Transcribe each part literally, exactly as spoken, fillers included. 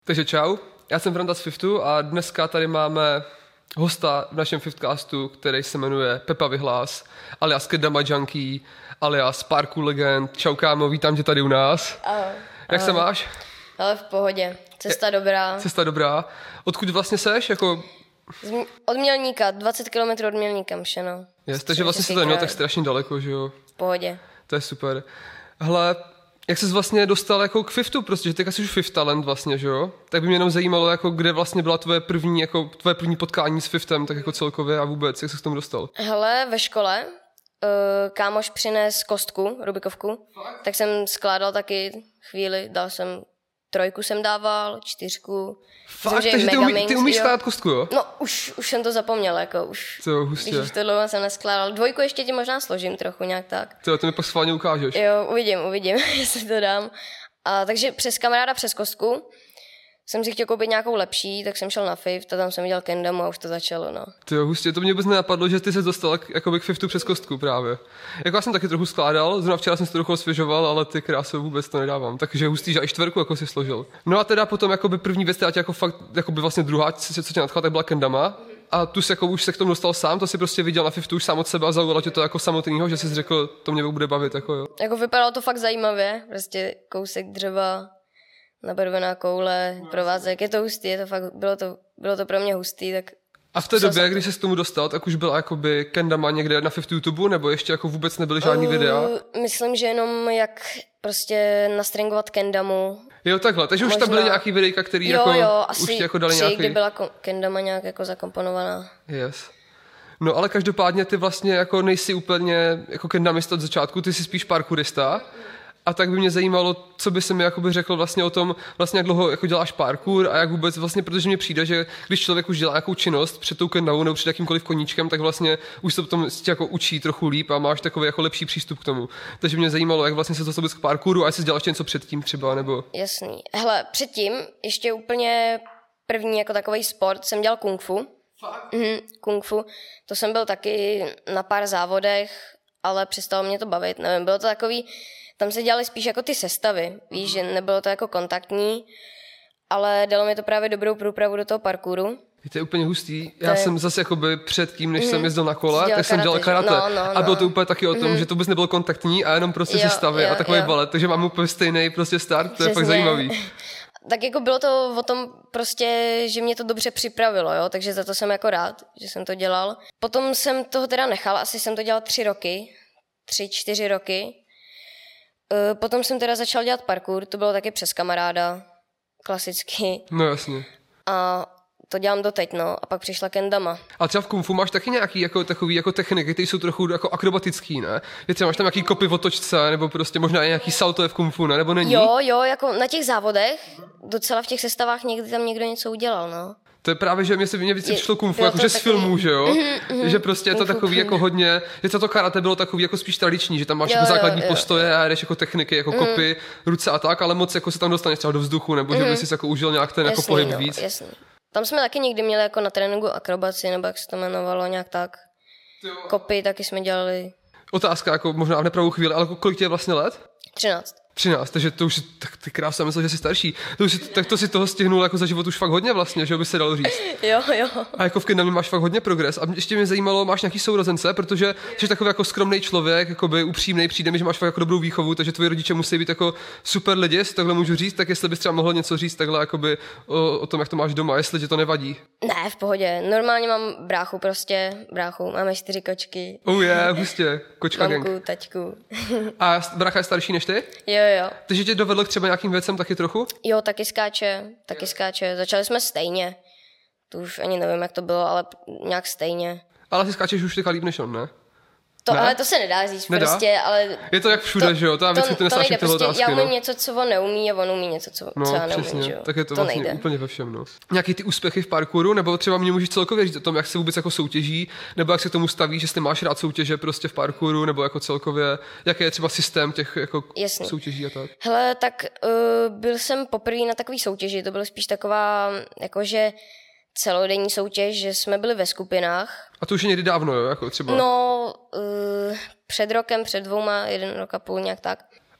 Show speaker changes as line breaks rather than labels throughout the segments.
Takže čau, já jsem Franta z Fiftu a dneska tady máme hosta v našem Fiftcastu, který se jmenuje Pepa Vyhlás, alias Kendama Junkie, alias Parkour Legend. Čau kámo, vítám tě tady u nás.
Ahoj.
Jak
Ahoj.
se máš?
Ale v pohodě, cesta je, dobrá.
Cesta dobrá. Odkud vlastně seš? Jako...
Z, od Mělníka, dvacet kilometrů od Mělníka Mšeno.
Yes, takže vlastně se to neměl tak strašně daleko, že jo?
V pohodě.
To je super. Hele, jak jsi vlastně dostal jako k Fiftu, prostě, že teďka jsi už Fift talent vlastně, že jo? Tak by mě jenom zajímalo, jako kde vlastně byla tvoje první, jako tvoje první potkání s Fiftem, tak jako celkově a vůbec, jak jsi k tomu dostal?
Hele, ve škole uh, kámoš přines kostku, Rubikovku, Fakt? Tak jsem skládal taky chvíli, dal jsem trojku jsem dával, čtyřku.
Fakt, Myslím, takže ty, umí, ty umíš skládat kostku, jo?
No, už, už jsem to zapomněl, jako už.
To hustě.
Když už to dlouho jsem neskládal. Dvojku ještě ti možná složím trochu nějak tak.
To, to mi pak schválně ukážeš.
Jo, uvidím, uvidím, jestli to dám. A takže přes kamaráda, přes kostku jsem si chtěl koupit nějakou lepší, tak jsem šel na Fift a tam jsem viděl Kendamu a už to začalo, no.
Ty jo, hustě, to mě vůbec nenapadlo, že ty se dostal k, jakoby k Fiftu přes kostku právě. Jako já jsem taky trochu skládal, zrovna včera jsem si to trochu osvěžoval, ale ty krásy vůbec to nedávám. Takže hustý, že i čtverku jako si složil. No a teda potom jakoby první věc, která tě jako fakt, jakoby vlastně druhá, co, co tě nadchla, tak byla Kendama. A tu jsi jako už se k tomu dostal sám, to si prostě viděl na Fiftu už sám od sebe a zaujalo tě to jako samotnýho, že jsi řekl, to mě bude bavit, jako jo.
Jako vypadalo to fakt zajímavě, prostě kousek dřeva, nabarvená koule, provázek, je to hustý, je to fakt, bylo to, bylo to pro mě hustý, tak...
A v té době, když se k tomu dostal, tak už byla jakoby Kendama někde na Fiftu YouTube, nebo ještě jako vůbec nebyly žádný uh, videa?
Myslím, že jenom jak prostě nastringovat Kendamu.
Jo, takhle, takže možná... už tam byly nějaký videjka, který
jo,
jako
jo, asi
už ti jako dali
tři,
nějaký...
kdy byla Kendama nějak jako zakomponovaná.
Yes. No ale každopádně ty vlastně jako nejsi úplně jako kendamista od začátku, ty jsi spíš parkourista. A tak by mě zajímalo, co by se mi jakoby řekl vlastně o tom, vlastně jak dlouho jako děláš parkour a jak vůbec vlastně, protože mně přijde, že když člověk už dělá nějakou činnost před tou kendamou nebo před jakýmkoliv koníčkem, tak vlastně už se potom jako učí trochu líp a máš takový jako lepší přístup k tomu. Takže mě zajímalo, jak vlastně se dostal k parkouru a jestli děláš něco předtím třeba, nebo...
Jasný. Hele, předtím ještě úplně první jako takový sport jsem dělal kung fu. Fakt? Mhm, kung fu. To jsem byl taky na pár závodech, ale přestalo mě to bavit, nevím, bylo to takový. Tam se dělaly spíš jako ty sestavy, víš, že nebylo to jako kontaktní, ale dalo mi to právě dobrou průpravu do toho parkouru.
To je úplně hustý. Já je... jsem zase jakoby předtím, než mm. jsem jezdil na kole, tak
karate,
jsem dělal karate.
No, no,
a bylo to
no.
úplně taky o tom, mm. že to vůbec nebylo kontaktní a jenom prostě sestavy a takový balet. Takže mám úplně stejný prostě start, to Přesně. je fakt zajímavý.
Tak jako bylo to o tom prostě, že mě to dobře připravilo, jo, takže za to jsem jako rád, že jsem to dělal. Potom jsem toho teda nechal, asi jsem to dělal tři roky, tři, čtyři roky. Potom jsem teda začal dělat parkour, to bylo taky přes kamaráda, klasicky.
No jasně.
A to dělám doteď, no. A pak přišla Kendama.
A třeba v kung fu máš taky nějaký jako, takový jako techniky, které jsou trochu jako akrobatický, ne? Je třeba máš tam nějaký kopy v otočce, nebo prostě možná i nějaký salto je v kung fu, ne? Nebo není?
Jo, jo, jako na těch závodech, docela v těch sestavách někdy tam někdo něco udělal, no.
To je právě, že mě se mě víc přišlo kung fu, jakože z
taky...
filmů, že jo?
Mm, mm,
že prostě je to takový jako hodně, je to to karate bylo takový jako spíš tradiční, že tam máš
jo,
jako základní
jo,
postoje
jo.
a jdeš jako techniky, jako
mm.
kopy, ruce a tak, ale moc jako se tam dostaneš třeba do vzduchu, nebo že
mm.
by si jako užil nějak ten
jasný,
jako pohyb
no,
víc.
Jasný. Tam jsme taky někdy měli jako na tréninku akrobaci, nebo jak se to jmenovalo, nějak tak. Jo. Kopy taky jsme dělali.
Otázka, jako možná v nepravou chvíli, ale kolik ti je vlastně let?
třináct.
třináct, takže to už, tak ty krása, myslel, že jsi starší. To už, tak to si toho stihnul jako za život už fakt hodně vlastně, že by se dalo říct.
Jo, jo.
A jako v Kendamě máš fakt hodně progres. A ještě mě zajímalo, máš nějaký sourozence, protože jsi takový jako skromný člověk, jakoby upřímný, přijde mi, že máš fakt jako dobrou výchovu, takže tvoji rodiče musí být jako super lidi, jestli takhle můžu říct, tak jestli bys třeba mohl něco říct takhle jakoby o, o tom, jak to máš doma, jestli ti to nevadí.
Ne, v pohodě. Normálně mám bráchu prostě, bráchu, máme čtyři kočky.
Oh yeah, hustě, kočka gang.
Mamku, taťku.
A brácha je starší než ty?
Jo, jo.
Takže tě dovedl k třeba nějakým věcem taky trochu?
Jo, taky skáče, taky skáče. Začali jsme stejně. To už ani nevím, jak to bylo, ale nějak stejně.
Ale ty skáčeš už líp než on, ne?
To,
ne?
ale to se nedá říct
nedá?
prostě, ale...
Je to jak všude,
to,
že jo? To,
to, to nejde, prostě
otázky,
já umím
no.
něco, co on neumí a on umí něco, co,
no,
co já neumím,
přesně.
že jo?
Tak je to,
to
vlastně
nejde.
úplně ve všem, no. Nějaký ty úspěchy v parkouru, nebo třeba mě můžeš celkově říct o tom, jak se vůbec jako soutěží, nebo jak se k tomu stavíš, jestli máš rád soutěže prostě v parkouru, nebo jako celkově, jaký je třeba systém těch jako
Jasný.
soutěží a tak.
Hele, tak uh, byl jsem poprvé na takový soutěži, to bylo spíš taková, jakože celodenní soutěž, že jsme byli ve skupinách.
A to už je někdy dávno, jo, jako třeba?
No, uh, před rokem, před dvouma, jeden rok a půl, nějak tak.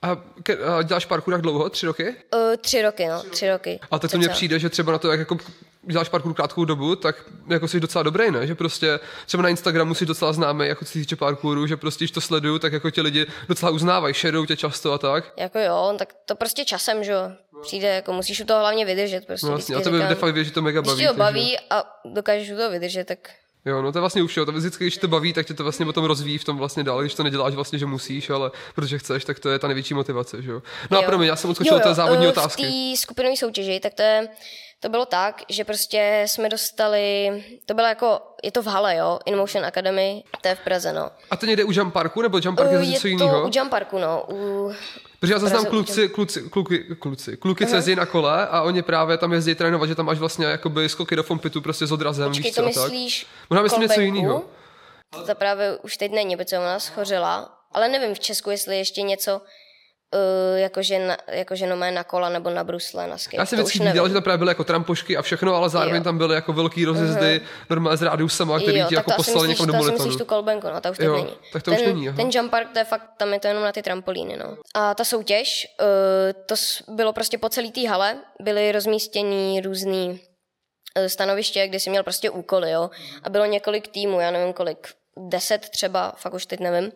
A, ke, a děláš parkour jak dlouho? Tři roky?
Uh, tři roky, no, tři roky.
A tak to mně přijde, že třeba na to, jak jako děláš parkour krátkou dobu, tak jako jsi docela dobrý, ne? Že prostě třeba na Instagramu jsi docela známý, jako co se týče parkouru, že prostě, když to sleduju, tak jako ti lidi docela uznávají, šerou tě často a tak.
Jako jo, tak to prostě časem, že jo, přijde, jako musíš u toho hlavně vydržet. Prostě
no vlastně, a to by fakt vědět, že to mega baví.
Když ti to baví a dokážeš u toho vydržet, tak...
Jo, no to je vlastně už jo, to vždycky, když to baví, tak tě to vlastně potom rozvíjí v tom vlastně dál, když to neděláš vlastně, že musíš, ale protože chceš, tak to je ta největší motivace, že jo. No jo. A promiň, já jsem odskočil do té závodní uh, otázky.
V té skupinové soutěži, tak to je, to bylo tak, že prostě jsme dostali, to bylo jako, je to v hale, jo, InMotion Academy, to je v Praze, no.
A to někde u Jump Parku, nebo Jump Park uh, je něco jiného?
Je to u Jump Parku, no, u...
Protože já znám kluci, kluci, kluky, kluci, kluky, co jezdí na kole a oni právě tam jezdí trénovat, že tam máš vlastně jakoby skoky do fompitu prostě s odrazem,
Počkej,
víš
to
co,
myslíš
tak. Možná myslím něco jiného.
To právě už teď není, protože ona schořela, ale nevím v Česku, jestli ještě něco Uh, jakože, na, jakože no mé na kola nebo na brusle, na skate.
Já jsem vždycky viděl, že tam právě byly jako trampošky a všechno, ale zároveň jo. tam byly jako velký rozjezdy, uh-huh. normálně z rádiusama, který jo, ti jako poslali někam do molitonu. Jo, tak to asi myslíš tu kolbenku, no, ta už teď jo,
není.
Tak to
ten,
už není, aha.
Ten jump park, to je fakt, tam je to jenom na ty trampolíny, no. A ta soutěž, uh, to bylo prostě po celý té hale, byly rozmístění různý uh, stanoviště, kde jsi měl prostě úkoly, jo. A bylo několik týmů, já nevím kolik, deset třeba, fakt už teď nevím.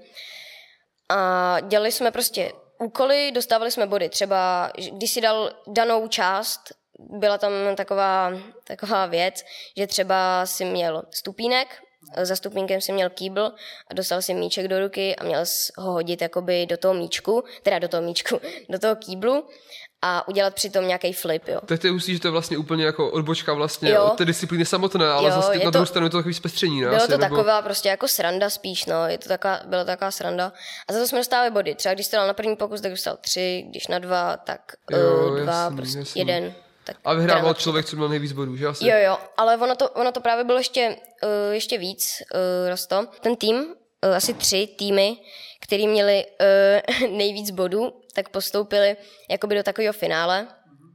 A dělali jsme prostě úkoly, dostávali jsme body. Třeba, když si dal danou část, byla tam taková, taková věc, že třeba si měl stupínek, za stupínkem si měl kýbl a dostal si míček do ruky a měl ho hodit jakoby do toho míčku, teda do toho míčku, do toho kýblu a udělat přitom nějaký flip, jo.
Tak ty hustí, že to je vlastně úplně jako odbočka vlastně jo. od té disciplíny samotné, ale jo, zase na druhou stranu je to takový zpestření, ne?
Bylo
asi,
to
nebo...
taková prostě jako sranda spíš, no, je to taková, byla to taková sranda. A za to jsme dostávali body. Třeba když jsi dal na první pokus, tak dostal tři, když na dva, tak jo, uh, dva, jasný, prostě jasný. jeden. Tak
a vyhrával člověk, co měl nejvíc bodů, že asi?
Jo, jo, ale ono to, ono to právě bylo ještě, uh, ještě víc, uh, Rosto. Ten tým, uh, asi tři týmy, který měli uh, nejvíc bodů, tak postoupili jakoby do takového finále,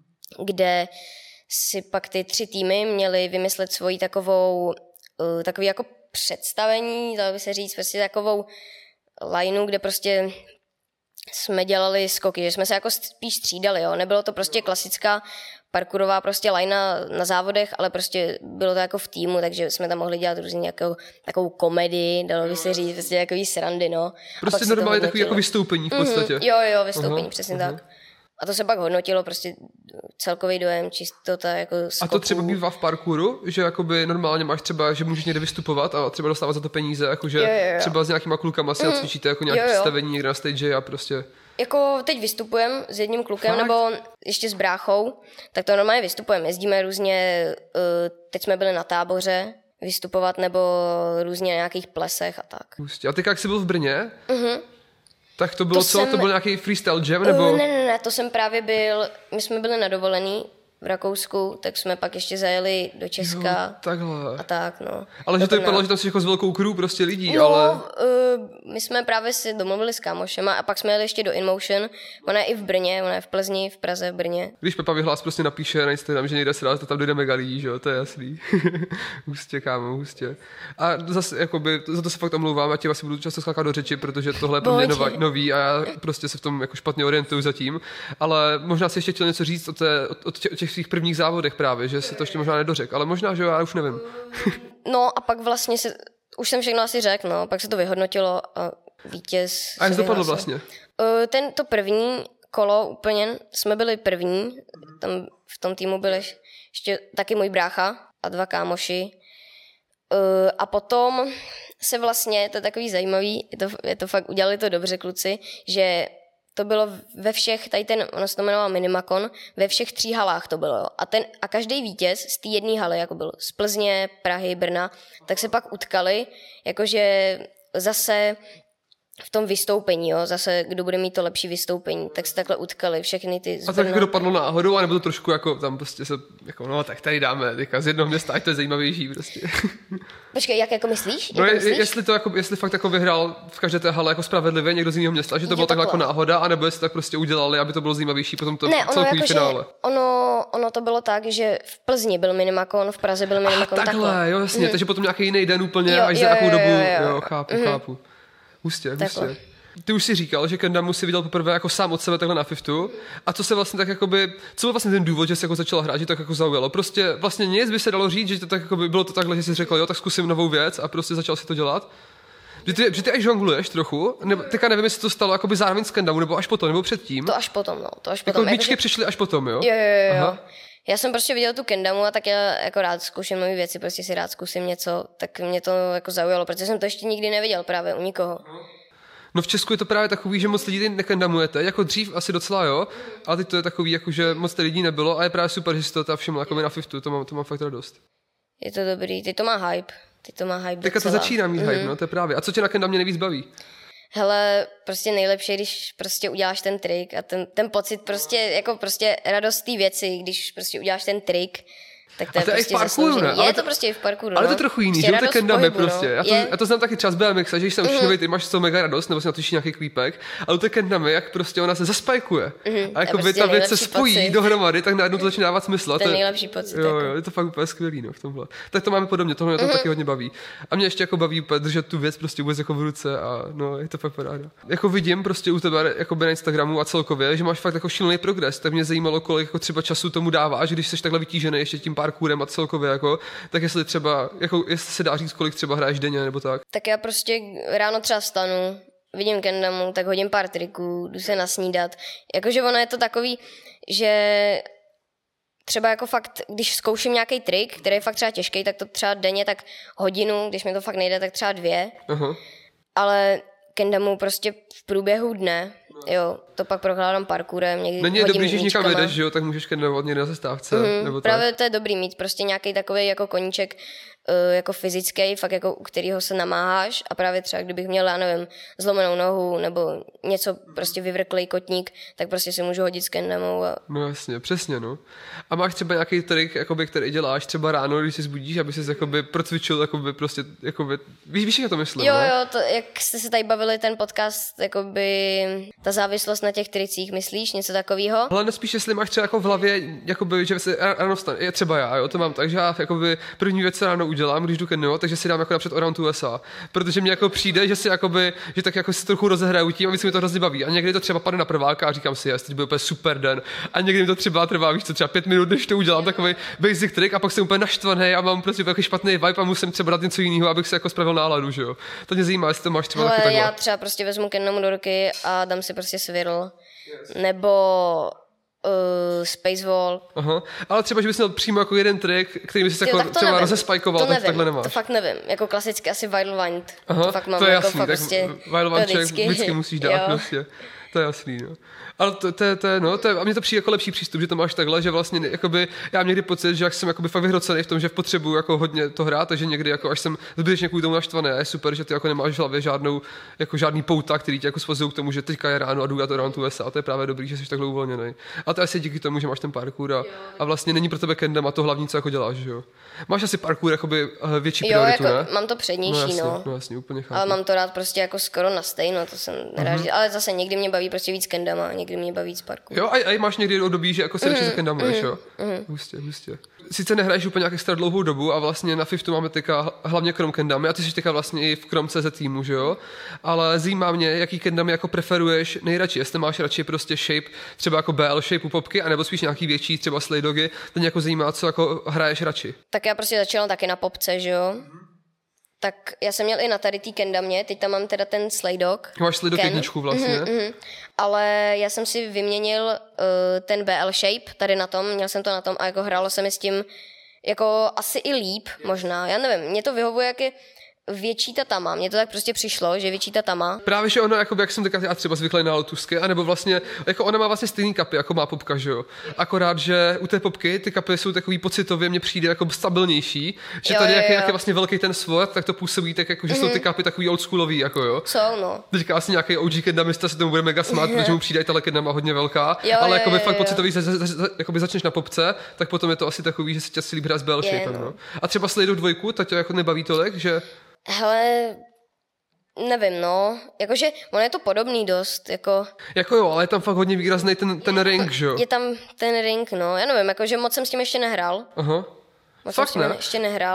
kde si pak ty tři týmy měly vymyslet svoji takovou, uh, takový jako představení, dalo by se říct, prostě takovou lineu, kde prostě jsme dělali skoky, že jsme se jako spíš střídali, jo. Nebylo to prostě klasická parkourová prostě lajna na závodech, ale prostě bylo to jako v týmu, takže jsme tam mohli dělat různě nějakou takovou komedii, dalo by se říct, prostě takový srandy, no.
Prostě normálně takový jako vystoupení v podstatě.
Mm-hmm, jo, jo, vystoupení, uh-huh, přesně uh-huh. tak. A to se pak hodnotilo, prostě celkový dojem, čistota, jako skoků.
A to třeba bývá v parkouru, že jakoby normálně máš třeba, že můžeš někde vystupovat a třeba dostávat za to peníze, jakože jo, jo, jo. třeba s nějakýma klukama si mm, cvičíte jako nějaké představení někde na stage a prostě...
Jako teď vystupujem s jedním klukem, fakt? Nebo ještě s bráchou, tak to normálně vystupujeme. Jezdíme různě, teď jsme byli na táboře vystupovat, nebo různě na nějakých plesech a tak.
A ty jak jsi byl v Brně?
Mhm.
Tak to bylo to co? Jsem... To byl nějaký freestyle jam, nebo?
Uh, ne, ne, ne, to jsem právě byl, my jsme byli na dovolený v Rakousku, tak jsme pak ještě zajeli do Česka.
Jo, takhle.
A tak, no.
Ale to že to vypadalo, že tam jsi jako s velkou crew prostě lidí,
no,
ale...
Uh, my jsme právě si domluvili s kámošema a pak jsme jeli ještě do InMotion. Ona je i v Brně, ona je v Plzni, v Praze, v Brně.
Když Pepa Vyhlás prostě napíše na Instagram, že někde se dá, to tam dojde mega lidí, že jo, to je jasný. Hustě, kámo, hustě. A zase, jakoby, za to se fakt omlouvám, a ti vlastně budu často skákat do řeči, protože tohle je pro mě nová, nový a já prostě se v tom jako špatně orientuju zatím. Ale možná si ještě chtěl něco říct o, té, o těch svých prvních závodech právě, že se to ještě možná nedořek, ale možná, že jo, já už nevím.
No a pak vlastně se, už jsem všechno asi řekl, no, pak se to vyhodnotilo a vítěz...
A jak to dopadlo vlastně?
Ten, to první kolo úplně, jsme byli první, tam v tom týmu byl ještě taky můj brácha a dva kámoši. A potom se vlastně, to je takový zajímavý, je to, je to fakt, udělali to dobře kluci, že to bylo ve všech, tady ten, ono se to jmenoval Minimakon, ve všech tří halách to bylo. Jo. A, ten, a každý vítěz z té jedné haly, jako byl z Plzně, Prahy, Brna, tak se pak utkali, jakože zase v tom vystoupení, jo, zase kdo bude mít to lepší vystoupení, tak se takhle utkali všechny ty...
A tak jako dopadlo náhodou, anebo to trošku jako tam prostě se, jako no tak tady dáme teďka z jednoho města, ať to je zajímavější prostě.
Počkej, jak jako myslíš?
No
jak
je,
myslíš?
jestli to jako, jestli fakt jako vyhrál v každé té hale jako spravedlivě někdo z jiného města, že to bylo takhle jako náhoda, anebo jestli tak prostě udělali, aby to bylo zajímavější potom to
ne,
celkový
jako,
finále.
Ono, ono to bylo tak, že v Plzni byl Minimakon, v Praze byl Minimakon
takhle. takhle. Jo, jasně, mm. takže potom nějaký jiný den úplně,
jo,
až
jo,
za nějakou
jo,
dobu,
jo, jo.
jo, chápu, mm. chápu. Hustě, hustě. ty už si říkal, že Kendamu si viděl poprvé jako sám od sebe takhle na Fiftu. A co se vlastně tak jakoby, co byl vlastně ten důvod, že jsi jako začala hrát, že to tak jako zaujalo? Prostě vlastně nic by se dalo říct, že to tak jako by bylo to takhle, že jsi řekl, jo, tak zkusím novou věc a prostě začal si to dělat. Že ty, že ty až žongluješ trochu, nebo teďka nevím, jestli to stalo jakoby zároveň s Kendamu, nebo až potom, nebo předtím.
To až potom, no, to až potom.
Jako míčky přišly až potom, jo?
Jo, jo, jo. Aha. Já jsem prostě viděl tu Kendamu a tak já jako rád zkouším nové věci, prostě si rád zkusím něco, tak mě to jako zaujalo, protože jsem to ještě nikdy neviděl právě u nikoho.
No v Česku je to právě takový, že moc lidí nekendamujete, jako dřív asi docela jo, ale teď to je takový, jako že moc lidí nebylo a je právě super, že si to ta všiml jako na Fiftu, to mám, to mám fakt radost.
Je to dobrý, teď to má hype, teď to má hype
Teďka to začíná mít mm-hmm. hype, no to je právě. A co tě na Kendamě nejvíc baví?
Hele, prostě nejlepší, když prostě uděláš ten trik a ten, ten pocit prostě, jako prostě radost té věci, když prostě uděláš ten trik, tak to je,
to je
prostě
i v parkouru, ne?
Je to prostě i v parkouru,
ale
no.
to je trochu jiný,
prostě
že to Kendamy prostě.
No.
Já, to, já to znám taky třeba z B M X, že když jsem mm-hmm. nový, ty máš z toho mega radost, nebo si natíš nějaký klípek, ale to Kendamy, jak prostě ona se zaspajkuje. Mm-hmm. A jako by prostě ta věc se spojí pocit. Dohromady, tak najednou to začíná dávat smysl.
To je nejlepší pocit.
Jo, jo, je to fakt úplně skvělý, no, v tomhle. Tak to máme podobně, tohle mě to mm-hmm. taky hodně baví. A mě ještě jako baví držet tu věc prostě vůbec jako v ruce a no, je to fakt paráda. Jako vidím prostě u tebe jako na Instagramu a celkově, že máš fakt jako šílený progres, tak mě zajímalo, kolik jako třeba času tomu dáváš, když jsi takhle vytížený ještě tím parkourem a celkově jako, tak jestli třeba, jako jestli se dá říct, kolik třeba hraješ denně nebo tak.
Tak já prostě ráno třeba vstanu, vidím Kendamu, tak hodím pár triků, jdu se nasnídat. Jakože ono je to takový, že třeba jako fakt, když zkouším nějaký trik, který je fakt třeba těžký, tak to třeba denně tak hodinu, když mi to fakt nejde, tak třeba dvě. Aha. Ale Kendamu prostě v průběhu dne, jo, to pak prokládám parkourem, někdy
není dobrý, že někam jedeš, že jo, tak můžeš kendamovat někde na zastávce, mm-hmm, nebo tak.
Právě to je dobrý mít prostě nějaký takový jako koníček, uh, jako fyzický, fakt jako u kterého se namáháš a právě třeba kdybych měl, já nevím, zlomenou nohu nebo něco prostě vyvrklej kotník, tak prostě si můžu hodit s kendamou. A...
No jasně, přesně, no. A máš třeba nějaký trik, jakoby, který děláš třeba ráno, když se zbudíš, aby ses jakoby procvičil, jakoby prostě, jakoby, víš, víš, jak to myslím,
Jo,
ne?
jo, to, jak jste se tady bavili ten podcast, jakoby ta závislost na těch tricích, myslíš, něco takového?
Ale nespíš, jestli máš třeba jako v hlavě, jakoby, že se ráno vstane, je třeba já, jo, to mám tak, že já jakoby první věc ráno udělám, když jdu kendamovat, takže si dám jako napřed Around U S A, protože mi jako přijde, že si jakoby, že tak jako si trochu rozehraju tím a víc mi to hrozně baví. A někdy to třeba padne na prváka a říkám si, jest, teď byl úplně super den. A někdy mi to třeba trvá, víš co, třeba pět minut, než to udělám, takový basic trick a pak jsem úplně naštvaný a mám prostě takový špatný vibe a musím třeba dát něco jiného, abych si jako spravil náladu, že jo. To mě zajímá, jestli to máš třeba taky takhle.
Já třeba prostě vezmu kendamu do ruky a dám si prostě swirl, yes. Nebo uh, spacewalk.
Aha, ale třeba, že bys měl přímo jako jeden trik, který bys jako třeba rozespajkoval, tak takhle nemáš.
To fakt nevím, jako klasicky asi Wild Wind.
Aha,
to fakt mám
to je
jako
jasný,
fakt
tak
prostě
Wild Wind vždycky. vždycky musíš dát prostě. To je jasný, no. Ale to, to, to, no, to je, a mně to přijde jako lepší přístup, že to máš takhle, že vlastně jakoby, já mám někdy pocit, že jak jsem jakoby fakt vyhrocený v tom, že potřebuju jako hodně to hrát, takže někdy jako až jsem zbytečně kvůli tomu naštvaný, je super, že ty jako nemáš v hlavě žádnou, jako žádný pouta, který tě jako svazují k tomu, že teďka je ráno a jdu já to Around U S A, a to je právě dobrý, že jsi takhle uvolněný. A to asi díky tomu, že máš ten parkour a, a vlastně není pro tebe kendama to hlavní, co jako děláš, že jo. Máš asi parkour jakoby větší prioritu,
jo,
ne?
jako mám to přednější,
no. Jasně,
no.
no jasně, úplně chápu.
Ale mám to rád prostě jako skoro na stejno, to jsem nerád, mm-hmm. ale zase někdy mě baví prostě víc kendama, někdy mě baví víc parkour.
Jo, a, a máš někdy období, že jako se radši mm, zakendamuješ, mm, jo?
Mm.
Hustě, hustě. Sice nehraješ úplně nějak extra dlouhou dobu a vlastně na Fiftu máme teďka hlavně krom kendamy a ty jsi teďka vlastně i v krom C Z týmu, že jo? Ale zajímá mě, jaký kendamy jako preferuješ nejradši, jestli máš radši prostě shape, třeba jako B L shape u popky, anebo spíš nějaký větší, třeba slay dogy, to mě jako zajímá, co jako hraješ radši.
Tak já prostě začala taky na popce, že jo? Tak já jsem měl i na tady tý kendamě, teď tam mám teda ten slay dog.
Máš slay dog jedničku vlastně. Mm-hmm, mm-hmm.
Ale já jsem si vyměnil uh, ten B L shape tady na tom, měl jsem to na tom a jako hrálo se mi s tím jako asi i líp možná, já nevím, mě to vyhovuje, jak je větší ta tama, mně to tak prostě přišlo, že větší ta tama.
Právě, že ono, jako, jak jsem teďka třeba zvyklý na lotusky, anebo vlastně, jako ona má vlastně stejný kapy, jako má popka, že jo. Akorát, že u té popky ty kapy jsou takový pocitově, mně přijde jako stabilnější, že jo, tady, jak je, jak je vlastně velký ten svod, tak to působí tak, jako, že mm-hmm. jsou ty kapy takový oldschoolový, jako jo.
Jsou, no.
Teďka asi nějaký O G kendamista se tomu bude mega smát, protože mu přijde i ta kendama hodně velká,
jo,
ale
jako
by fakt pocitový, že jakoby začneš na popce, tak potom je to asi takový, že si tě si líbí s bell shapem, no. A třeba slay dog dvojku, tak tě jako nebaví tolik, že
hele, nevím, no, jakože ono je to podobný dost, jako...
Jako jo, ale je tam fakt hodně výrazný ten, ten ring, že jo?
Je tam ten ring, no, já nevím, jakože moc jsem s tím ještě nehrál.
Aha.
Moc
fakt
jsem s tím
ne?
ještě nehrál.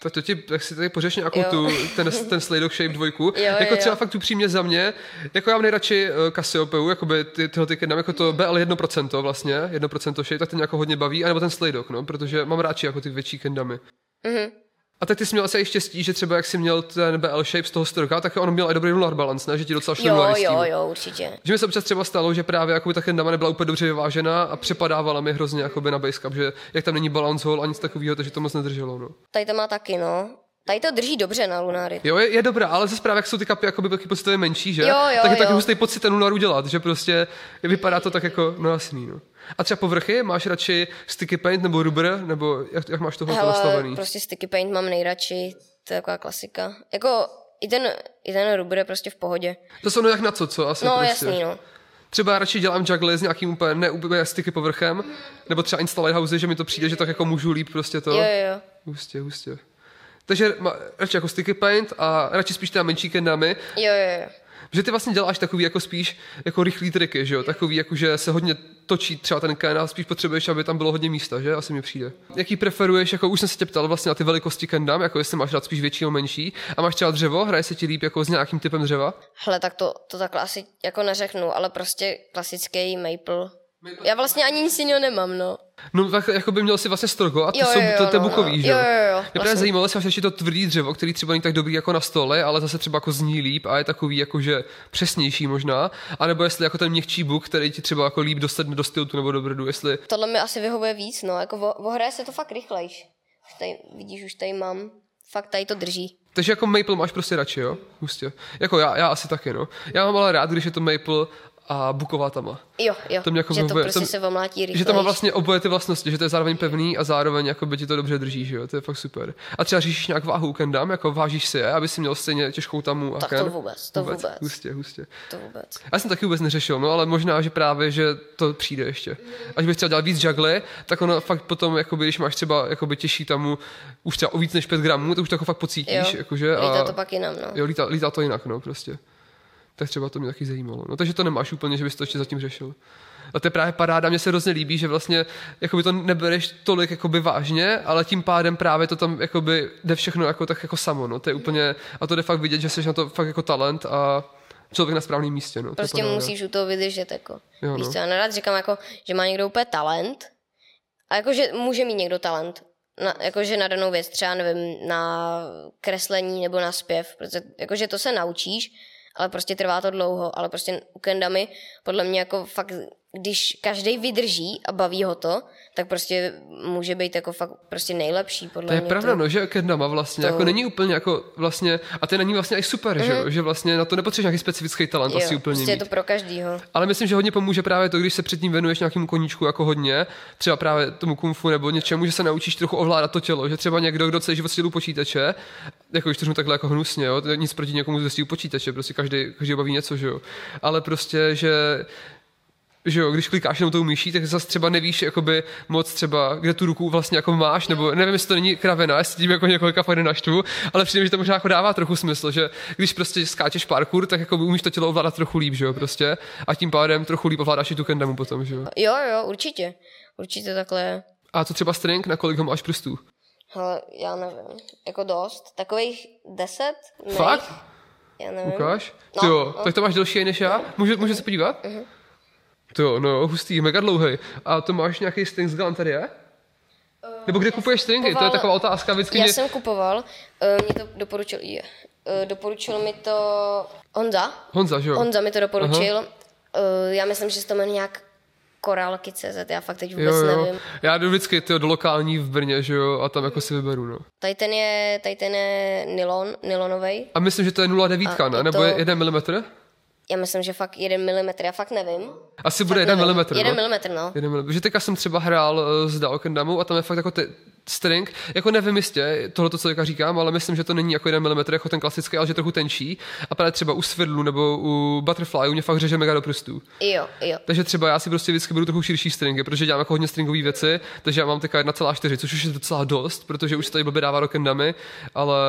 Tak to ti, tak si tady pořeš nějakou tu, ten, ten Sladok Shape dvojku. Jo, jako
jo,
třeba
jo.
fakt upřímně za mě, jako já mám nejradši uh, Cassiopeia, jakoby ty, tyhle ty kendam, jako to B L jedno procento vlastně, jedno procento shape, tak ten jako hodně baví, anebo ten Sladok, no, protože mám radši jako ty větší kendamy.
Mhm.
A tak ty jsi měl asi i štěstí, že třeba jak jsi měl ten B L shape z toho Stroka, tak on měl i dobrý lunar balance, ne? Že ti docela šlo
Jo, jo, jo, určitě.
Že mi se občas třeba stalo, že právě jakoby ta kendama nebyla úplně dobře vyvážená a přepadávala mi hrozně jakoby na basecap, že jak tam není balance hole a nic takového, takže to moc nedrželo, no.
Tady to má taky, no. Tady to drží dobře na lunáry.
Jo, je, je dobrá, ale zase právě jak jsou ty kapy jakoby taky pocitově menší, že?
Jo, jo,
tak je taky
jo.
hustý pocit ten lunar udělat, že prostě vypadá to tak jako, no jasný, no. A třeba povrchy, máš radši sticky paint nebo rubber, nebo jak, jak máš tohle nastavený?
Prostě sticky paint mám nejradši, to je taková klasika. Jako i ten, i ten rubber je prostě v pohodě.
To jsou no jak na co, co asi
No
prostě.
jasný, no.
Třeba radši dělám juggly s nějakým úplně neúplně sticky povrchem, nebo třeba Insta Lighthouse, že mi to přijde, že tak jako můžu líp prostě to.
Jo, jo.
Hustě, hustě. Takže má, radši jako sticky paint a radši spíš teda menší kendamy.
Jo, jo, jo.
Že ty vlastně děláš takový jako spíš jako rychlý triky, že jo? Takový jako, že se hodně točí třeba ten ken a spíš potřebuješ, aby tam bylo hodně místa, že? Asi mi přijde. Jaký preferuješ, jako už jsem se tě ptal vlastně na ty velikosti kendam, jako jestli máš rád spíš větší nebo menší. A máš třeba dřevo, hraje se ti líp jako s nějakým typem dřeva?
Hele, tak to, to takhle asi jako neřeknu, ale prostě klasický maple. Já vlastně ani nic jiného nemám, no.
No tak jako by měl si vlastně strogo a to
Jo,
jsou
jo, jo,
to, to
no,
bukový,
no.
že jo?
Jo, jo, jo,
Mě právě
vlastně.
zajímalo, jestli máš ještě to tvrdý dřevo, který třeba není tak dobrý jako na stole, ale zase třeba jako zní líp a je takový jakože přesnější možná, anebo jestli jako ten měkčí buk, který ti třeba jako líp dosadne do stiltu nebo do brdu, jestli...
Tohle mi asi vyhovuje víc, no, jako vo- ohraje se to fakt rychlejš. Už tady, vidíš, už tady mám, fakt tady to drží.
Takže jako maple máš prostě radši, jo? Hustě. Jako já, já asi taky, no. Já mám ale rád, když je to maple a buková tama.
Jo, jo,
To mě jako
že to
vyhovuje.
prostě
To-
se omlátí rychlejš.
Že to má vlastně oboje ty vlastnosti, že to je zároveň pevný a zároveň jako by ti to dobře drží, že jo? To je fakt super. A třeba řešíš nějak váhu kendam, jako vážíš si je, aby si měl stejně těžkou tamu a
Tak
ken?
to vůbec, to vůbec.
Hustě, hustě.
To vůbec.
Já jsem taky vůbec neřešil, no ale možná, že právě, že to přijde ještě. Až bych třeba dělal víc juggly, tak ono fakt potom, jakoby, když máš třeba jakoby těžší tamu už třeba o víc než pět gramů, to už to jako fakt pocítíš,
Jo,
jakože.
lítá to pak jinam, no.
Jo, lítá, lítá to jinak, no, prostě. Tak třeba to mě taky zajímalo. No, takže to nemáš úplně, že bys to ještě zatím řešil. A to je právě paráda, mně se hrozně líbí, že vlastně jakoby to nebereš tolik jakoby vážně, ale tím pádem právě to tam jakoby jde všechno jako, tak jako samo, no. To je úplně, a to jde fakt vidět, že jsi na to fakt jako talent a člověk na správném místě, no. To je
Prostě
paráda.
musíš u toho vydržet, jako.
Jo, no.
Víš co, já nerad říkám, jako, že má někdo úplně talent, a jako, že může mít někdo talent, na, jakože na danou věc, třeba nevím, na kreslení nebo na zpěv, protože jakože to se naučíš, ale prostě trvá to dlouho, ale prostě u kendamy podle mě jako fakt, když každý vydrží a baví ho to, tak prostě může být jako fakt prostě nejlepší podle
To je
mě.
pravda, no, že kendama vlastně
to-
jako není úplně jako vlastně, a to je na ní vlastně i super, mm-hmm. že, jo, že vlastně na to nepotřebuješ nějaký specifický talent asi
Jo,
úplně
prostě je
mít.
to pro každýho.
Ale myslím, že hodně pomůže právě to, když se předtím věnuješ nějakému koníčku jako hodně, třeba právě tomu kung fu nebo něčemu, že se naučíš trochu ovládat to tělo, že třeba někdo, kdo celý život seděl u počítače, jako když to řeknu takhle jako hnusně, jo, to je nic proti někomu, kdo sedí u počítače, prostě každý, každý baví něco, že jo. Ale prostě, že že jo, když klikáš jenom tou myší, tak zase třeba nevíš jakoby moc třeba, kde tu ruku vlastně jako máš, nebo nevím, jestli to není kravena, jestli tím jako několika fakt naštvu, ale přijde mi, že to možná jako dává trochu smysl, že když prostě skáčeš parkour, tak jako umíš to tělo ovládat trochu líp, že jo, prostě, a tím pádem trochu líp ovládáš i tu kendamu potom, že jo.
Jo, jo, určitě. Určitě takhle je.
A co třeba string, na kolik ho máš prstů?
Hele, já nevím, jako dost. Takových deset? Nej.
Fakt?
Já nevím.
Ukáž?
No,
Ty jo,
no.
tak to máš delší než já? Můžu, můžu se podívat? Uh-huh. To jo, no, hustý, mega dlouhý. A to máš nějaký string z galanterie? Uh, Nebo kde kupuješ stringy?
kupoval-
To je taková otázka vždycky.
Já
mě...
jsem kupoval, uh, mě to doporučil, je, uh, doporučil mi to Honza.
Honza, že jo?
Honza mi to doporučil. Uh, já myslím, že se to jmenuje nějak korálky tečka cé zet, já fakt teď vůbec
Jo, jo.
nevím.
Já jdu vždycky tyjo, do lokální v Brně, že jo, a tam jako si vyberu, no.
Tady ten je, tady ten je nylon, nylonovej.
A myslím, že to je nula devět,
A
ne?
je
Nebo
to-
je jeden milimetr?
Já myslím, že fakt jeden milimetr, já fakt nevím.
Asi
Fakt
bude jeden
nevím.
milimetr,
Jeden
no.
milimetr, no.
Jeden milimetr. Protože teďka jsem třeba hrál uh, s Dao Kendamou a tam je fakt jako ty string, jako nevím jistě, tohle co teďka říkám, ale myslím, že to není jako jeden milimetr, jako ten klasický, ale že trochu tenčí. A právě třeba u svidlu nebo u butterfly mě fakt řeže mega do prstů.
Jo, jo.
Takže třeba já si prostě vždycky budu trochu širší stringy, protože dělám jako hodně stringové věci, takže já mám teďka jedna celá čtyři, což už je docela dost, protože už se tady blbě dává do kendamy, ale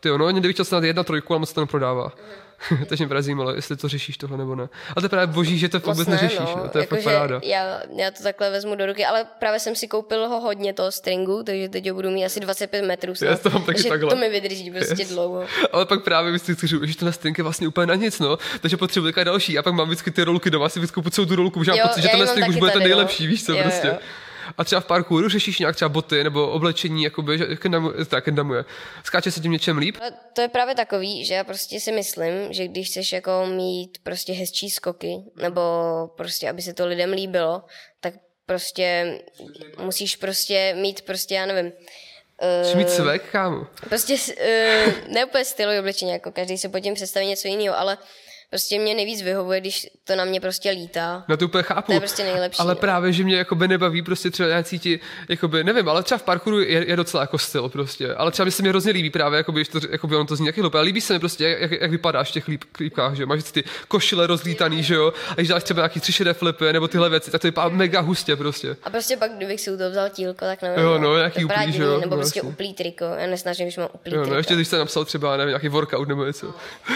Ty jo, no, někdy bych chtěl snad jedna trojku, ale moc to neprodává. Takže mě právě zajímalo, jestli to řešíš tohle nebo ne. A to je právě boží, že to vůbec
ne,
neřešíš,
no.
no. To je
jako
fakt paráda.
Já, já to takhle vezmu do ruky, ale právě jsem si koupil ho hodně toho stringu, takže teď ho budu mít asi dvacet pět metrů.
Já to mám taky
takže
takhle.
To mi vydrží prostě yes. dlouho.
Ale pak právě vždycky říkám, že to na string je vlastně úplně na nic, no. Takže potřebuji taková další. A pak mám vždycky ty rolky doma, si vždycky celou tu rolku, už mám pocit, že ten string už bude ten nejlepší, víš co,
jo,
prostě.
Jo.
A třeba v parkouru řešíš nějak třeba boty nebo oblečení, jakoby, že kendamu, tak kendamuje. Skáče se tím něčem líp?
Ale to je právě takový, že já prostě si myslím, že když chceš jako mít prostě hezčí skoky, nebo prostě, aby se to lidem líbilo, tak prostě musíš prostě mít prostě, já nevím,
Musíš mít svek, kámo.
Prostě uh, ne úplně stylový oblečení, jako každý se pod tím představí něco jiného, ale prostě mě nejvíc vyhovuje, když to na mě prostě lítá.
No to úplně chápu.
To je prostě nejlepší.
Ale
no.
právě, že mě jakoby nebaví prostě třeba já cítí, jakoby, nevím, ale třeba v parkouru je, je docela jako styl prostě. Ale třeba mi se mi hrozně líbí právě, jakoby, to, jakoby on to zní nějaký hloupé, ale líbí se mi prostě, jak, jak vypadáš v těch líp, lípkách, že máš ty košile rozlítaný, že jo, a když dáš třeba nějaký tři šedé flipy nebo tyhle věci, tak to vypadá mega hustě prostě.
A prostě pak, kdybych si u toho vzal tílko, tak nevím.
Jo, no, nějaký
uplý,
že jo.
Nebo
no,
prostě uplý triko, já nesnažím, když mám uplý
jo,
triko.
No, ještě když jsi napsal třeba, nevím, nějaký workout nebo něco.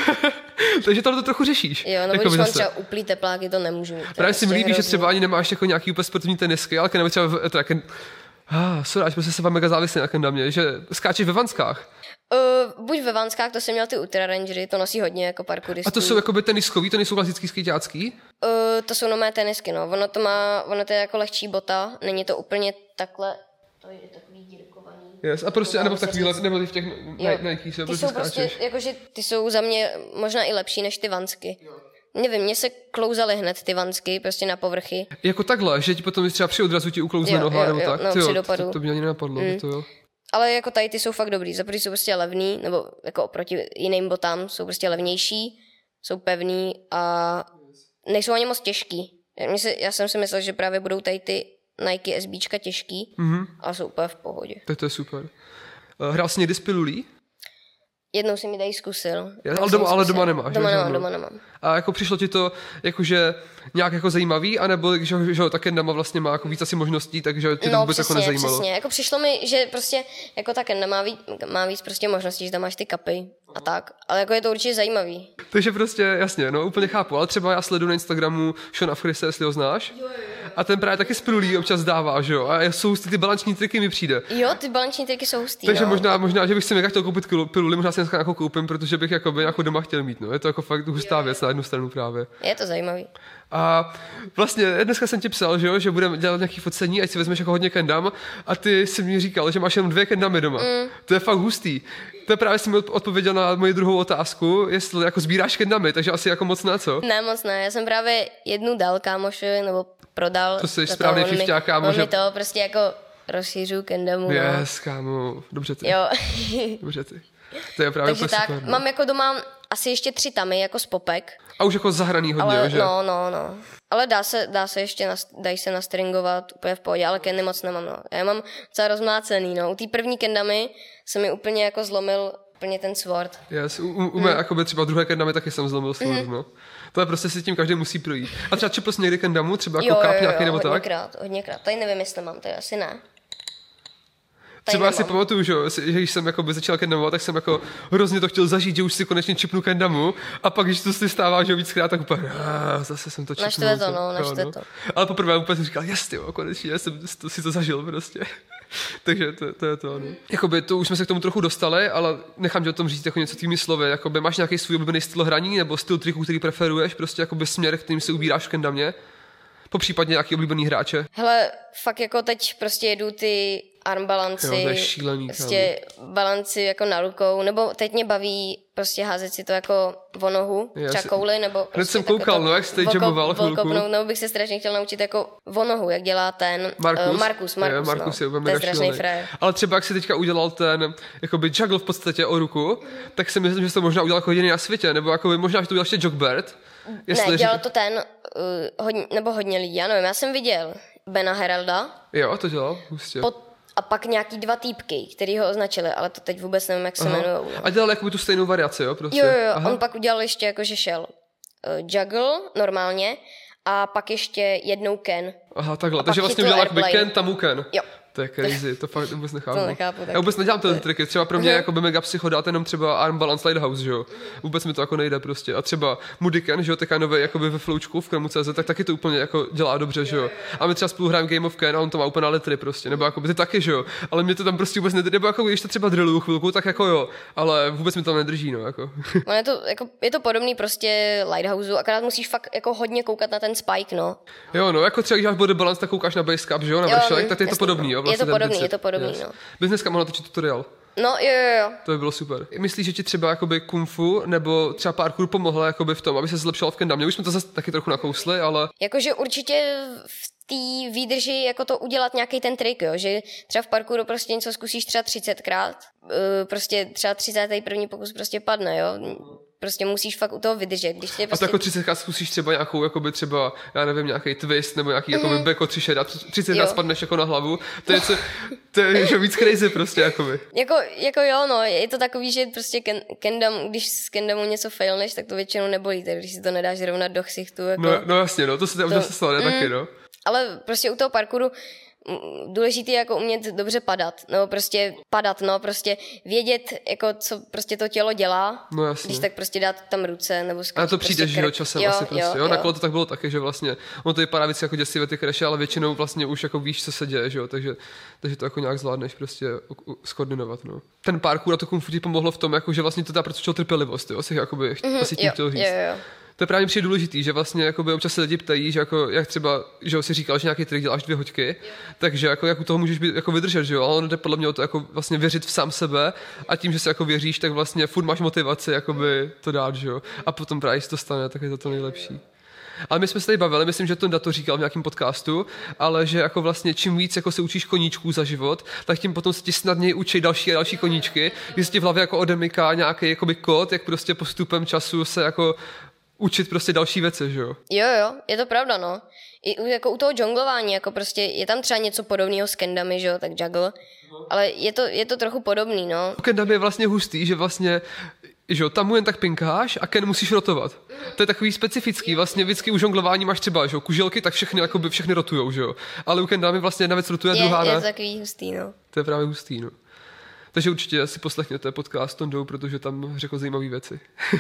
Takže tohle to trochu řešíš.
Jo, nebo když mám třeba uplý tepláky, to nemůžu mít.
Právě si mi líbí, že třeba ani nemáš jako nějaký úplně sportovní tenisky, ale nebo třeba v, teda, ken, ah, sorry, prostě se vám mega závislý na kendamě, že skáčeš ve vanskách.
Uh, buď ve vanskách, to jsem měl ty Ultra Rangery, to nosí hodně jako parkouristů.
A to jsou jakoby teniskový, to nejsou klasický skejťácký?
Uh, to jsou nové tenisky, no. Ono to má, ono to je jako lehčí bota, není to úplně takhle, to je takový dírkovaný.
Yes, a prostě, nebo v takových, nebo v těch Nike, se
prostě prostě, jakože ty jsou za mě možná i lepší než ty vansky. Jo. Nevím, mně se klouzaly hned ty vansky, prostě na povrchy.
Jako takhle, že ti potom třeba při odrazu ti uklouzne noha, nebo tak?
No,
Tyjo,
při dopadu.
To, to by ani nenapadlo, mm. to jo.
Ale jako tady ty jsou fakt dobrý, za první jsou prostě levný, nebo jako oproti jiným botám jsou prostě levnější, jsou pevný a nejsou ani moc těžký. Já, se, já jsem si myslel, že právě budou tady ty Nike SBčka těžký, mm-hmm. ale jsou úplně v pohodě.
Tak to je super. Hrál jsi někdy s pilulí?
Jednou jsem mi tady zkusil.
Já, ale, doma, ale doma nemáš.
Doma nemám, doma nemám.
A jako přišlo ti to jakože nějak jako zajímavý, anebo že, že také kendama vlastně má jako víc asi možností, takže tě to
no,
vůbec
přesně,
jako nezajímalo.
Přesně, jako přišlo mi, že prostě jako ta kenda má víc, má víc prostě možností, že tam máš ty kapy a tak, ale jako je to určitě zajímavý.
Takže prostě jasně, no úplně chápu, ale třeba já sleduju na Instagramu Shona Frise, jestli ho znáš. Jo, jo, jo. A ten právě taky z pilulí občas dává, že jo, a jsou hustý ty balanční triky mi přijde.
Jo, ty balanční triky jsou hustý.
Takže
no.
možná, možná, že bych si mega chtěl koupit piluli, možná si dneska nějakou koupím, protože bych jako by nějakou doma chtěl mít, no. Je to jako fakt hustá věc na jednu stranu právě.
Je to zajímavý.
A vlastně dneska jsem ti psal, že, jo, že budeme dělat nějaký focení, ať si vezmeš jako hodně kendam a ty si mi říkal, že máš jenom dvě kendamy doma. Mm. To je fakt hustý. To je právě si mi odpověděl na moji druhou otázku, jestli jako sbíráš kendamy, takže asi jako moc ne, co?
Ne, moc ne. Já jsem právě jednu dal kámošovi, nebo prodal.
To jsi správný fifťák, kámo.
On mi to prostě jako rozšířu kendamu.
Yes, kámo, dobře ty.
Jo.
Dobře ty. To je právě
takže tak, super, no. Mám jako doma asi ještě tři tamy, jako z popek.
A už jako zahraný hodně,
ale,
že?
No, no, no. Ale dá se, dá se ještě, dají se nastringovat úplně v pohodě, ale kendy moc nemám, no. Já mám docela rozmlácený, no. U té první kendamy se mi úplně jako zlomil úplně ten sword.
Yes, u, u, u mé, hmm. jakoby třeba druhé kendamy taky jsem zlomil sword, hmm. no. To je prostě si tím každý musí projít. A třeba čepl jsi někdy kendamu, třeba jako káp nějaký nebo tak?
hodněkrát, hodněkrát. Tady nevím, jestli mám, tady asi ne.
Třeba já si pamatuju, že, že když jsem jako začal kendamovat, tak jsem jako hrozně to chtěl zažít, že už si konečně čipnu kendamu a pak, když to si stává, že víckrát, tak úplně zase jsem to čipnul.
Naštve to, no, naštve no. to.
Ale poprvé úplně jsem říkal, yes, tyjo, konečně jsem to, si to zažil prostě. Takže to, to je to, no. Jakoby to už jsme se k tomu trochu dostali, ale nechám tě o tom říct jako něco tvými slovy. Jakoby máš nějaký svůj oblíbený styl hraní nebo styl triků, který preferuješ, prostě jakoby směr, kterým se ubíráš v kendamě? Popřípadně nějaký oblíbený hráče?
Hele, fakt jako teď prostě jedu ty armbalanci,
jo, to je šílený,
prostě balanci jako na rukou, nebo teď mě baví prostě házet si to jako o nohu, třeba kouli, nebo prostě
hned jsem koukal, no, jak jste jamoval chvilku.
Nebo bych se strašně chtěl naučit jako o nohu, jak dělá ten
Markus,
uh, Markus, Markus,
je, Markus
no.
je, to je strašný frajer. Ale třeba jak si teďka udělal ten jakoby juggle v podstatě o ruku, tak si myslím, že jsi to možná udělal jako jediný na světě, nebo jakoby možná, že to udělal ještě Jogbert.
Jestli ne, dělal říká... to ten, uh, hodně, nebo hodně lidí, já nevím, já jsem viděl Bena Heralda.
Jo, to dělal, hustě.
Pod, a pak nějaký dva týpky, který ho označili, ale to teď vůbec nevím, jak se jmenujou. No.
A dělal jakoby tu stejnou variaci, jo? Prostě.
Jo, jo, Aha. On pak udělal ještě jako, že šel uh, juggle normálně a pak ještě jednou ken.
Aha, takhle, takže vlastně udělal jakoby ken, tamu ken.
Jo.
To je crazy, to fakt vůbec nechápu.
To nechápu
Já vůbec nedělám tyhle triky, třeba pro mě jako by mega psycho dát jenom třeba arm balance lighthouse, že jo. Vůbec mi to jako nejde prostě. A třeba Mudiken, že jo, teďka nový jakoby ve floučku v Kremu tečka cé zet, tak taky to úplně jako dělá dobře, že jo. A my třeba spolu hrajeme Game of Ken a on to má úplně na litry prostě, nebo jako by ty taky, že jo. Ale mě to tam prostě vůbec nedrží, nebo jako když to třeba drilluju chvilku, tak jako jo, ale vůbec mi to nedrží, no jako.
No je to jako je to podobný prostě lighthouseu, akorát musíš fakt jako hodně koukat na ten spike, no.
Jo, no, jako třeba když máš body balance, tak koukáš na base cap, že jo, na vršelek, tak je to podobný, jo.
Vlastně je to podobný, je to podobný, yes. No.
Bys dneska mohla točit tutoriál.
No, jo, jo, jo.
To by bylo super. Myslíš, že ti třeba jakoby kung fu nebo třeba parkour pomohla jakoby v tom, aby se zlepšila v kendamě? Už jsme to zase taky trochu nakousli, ale...
Jakože určitě v té výdrži jako to udělat nějaký ten trik, jo, že třeba v parkouru prostě něco zkusíš třeba třicetkrát, prostě třeba třicátý první pokus prostě padne, jo. Prostě musíš fakt u toho vydržet. Když tě prostě...
A tak jako třicetkrát zkusíš třeba nějakou, jakoby třeba, já nevím, nějaký twist nebo nějaký mm-hmm. jakoby beko tři šed a třicetkrát spadneš jako na hlavu. To je, co, to je že víc crazy prostě, jakoby.
Jako, jako jo, no, je to takový, že prostě ken, kendam, když z kendamu něco failneš, tak to většinou nebolí, takže když si to nedáš rovnat do ksichtu. Jako...
No, no jasně, no, to se tam to... stalo, mm, taky, no.
Ale prostě u toho parkouru důležitý je jako umět dobře padat, no prostě padat, no prostě vědět, jako co prostě to tělo dělá,
no jasně.
Když tak prostě dát tam ruce, nebo skočit.
A to přijde,
prostě
že jo, časem
jo,
asi prostě, jo,
jo,
jo. Na
jo.
kole to tak bylo taky, že vlastně, ono to vypadá víc jako děsivé ty crashy, ale většinou vlastně už jako víš, co se děje, že jo, takže, takže to jako nějak zvládneš prostě skoordinovat, no. Ten parkour a to kung fu ti pomohlo v tom, jako, že vlastně to dá pro trpělivost, jo, asi jakoby, mm-hmm, asi tím
jo,
chtěl říct.
Jo, jo.
To je právě přijde důležitý, že vlastně jakoby občas se lidi ptají, že jako, jak třeba, že si říkal, že nějaký trik děláš dvě hoďky, jo. Takže jako, jak u toho můžeš být, jako vydržet, že jo, ale ono jde podle mě o to jako vlastně věřit v sám sebe a tím, že si jako věříš, tak vlastně furt máš motivaci jakoby to dát, že jo, a potom právě se to stane, tak je to to nejlepší. Ale my jsme se tady bavili, myslím, že Tonda to říkal v nějakém podcastu, ale že jako vlastně čím víc jako se učíš koníčků za život, tak tím potom se ti snadněji učí další a další koníčky, že se ti v hlavě jako odemyká nějaký jakoby kód, jak prostě postupem času se jako učit prostě další věci, že jo?
Jo, jo, je to pravda, no. I u, jako u toho džonglování, jako prostě je tam třeba něco podobného s kendami, že jo, tak juggle, ale je to, je to trochu podobný, no.
Kendami je vlastně hustý, že vlastně že jo, tam mu jen tak pinkáš a ken musíš rotovat. To je takový specifický, vlastně vždycky u žonglování máš třeba, že jo, kuželky, tak všechny, jakoby všechny rotujou, že jo. Ale u kendami vlastně jedna věc rotuje,
je,
druhá ne.
Je to takový hustý, no.
To je právě hustý, no. Takže určitě si poslechněte podcast s Tondou, protože tam řekl zajímavé věci.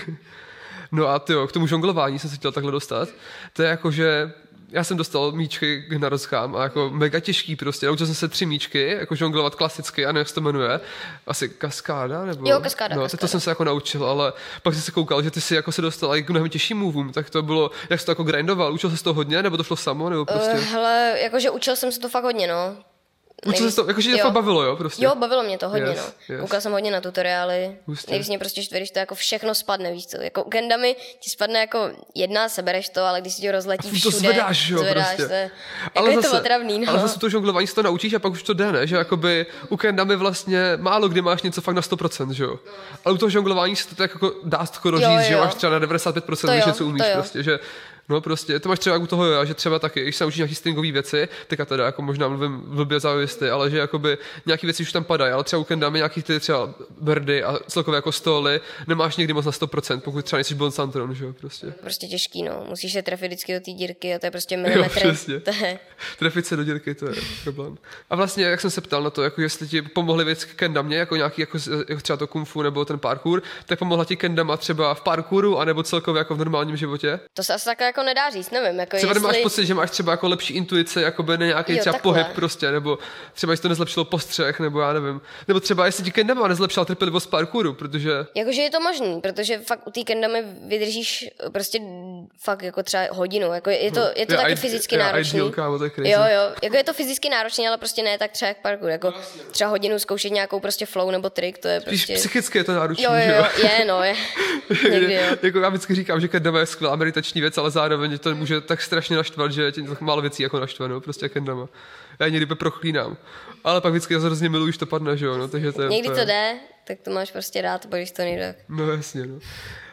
No a tyjo, k tomu žonglování jsem se chtěl takhle dostat. To je jako, že já jsem dostal míčky k narozkám a jako mega těžký prostě. Naučil jsem se tři míčky, jako žonglovat klasicky, a nevím, jak se to jmenuje. Asi kaskáda, nebo?
Jo, kaskáda,
no,
kaskáda.
To jsem se jako naučil, ale pak jsem se koukal, že ty si jako se dostal i k mnohem těžším movům, tak to bylo, jak jsi to jako grindoval, učil se to hodně, nebo to šlo samo, nebo prostě? Uh,
hele, jakože učil jsem se to fakt hodně, no.
Učil jsi to, jakože tě fakt bavilo, jo, prostě?
Jo, bavilo mě to hodně,
yes,
no.
Yes.
Koukal jsem hodně na tutoriály. Nejvíc mě prostě štve, když to jako všechno spadne, víš co. Jako u kendami ti spadne jako jedna, sebereš to, ale když si tě rozletí všude,
to zvedáš, jo,
zvedáš
prostě.
to. Jako
ale
je
zase,
to otravný, no.
Ale zase to žonglování se to naučíš a pak už to jde, ne? Že jakoby u kendami vlastně málo kdy máš něco fakt na sto procent, že jo? Ale u toho žonglování se to tak jako dá skoro říct, že máš třeba na devadesát pět procent, když něco umíš prostě, že no prostě, to máš třeba u toho, jo, že třeba taky, když se naučíš nějaký stringové věci, tak a teda jako možná mluvím blbě závisty, ale že jakoby nějaký věci už tam padají, ale třeba u kendami nějaký ty třeba birdy a celkově jako stoly nemáš někdy moc na sto procent, pokud třeba nejsi Bonsantron, že jo, prostě.
Prostě těžký, no, musíš se trefit vždycky do té dírky a to je prostě milimetry.
Jo, přesně.
Je...
Trefit se do dírky, to je problém. A vlastně, jak jsem se ptal na to, jako jestli ti pomohly věci kendamě, jako nějaký, jako, jako třeba to kung fu nebo ten parkour, tak pomohla ti kendama třeba v parkouru, anebo celkově jako v normálním životě?
To se asi takhle jako nedá říct, nevím, jako
třeba
jestli...
máš pocit, že máš třeba jako lepší intuice, jako by nějaký jo, třeba takhle. Pohyb prostě, nebo třeba jestli to nezlepšilo postřeh, nebo já nevím. Nebo třeba jestli ti kendama nezlepšila trpělivost parkouru, protože...
Jakože je to možný, protože fakt u té kendamy vydržíš prostě fakt jako třeba hodinu, jako je to, je to
já,
taky
I,
fyzicky
já,
náročný.
Ideal, kámo, to je crazy.
Jo, jo, jako je to fyzicky náročný, ale prostě ne tak třeba jak parkour, jako třeba hodinu zkoušet nějakou prostě flow nebo trik, to je prostě...
Spíš psychicky je to náročný,
jo, jo, jo, je, no, je. Někdy, jo.
Jako já vždycky říkám, že kendama je skvělá meditační věc, ale zároveň to může tak strašně naštvat, že tě tak málo věcí jako naštve, no, prostě kendama. Já někdy prochlínám. Ale pak vždycky já hrozně miluji, už to padne, že jo, no, takže to je...
Někdy to jde, tak to máš prostě rád, když to nejde.
No jasně, no.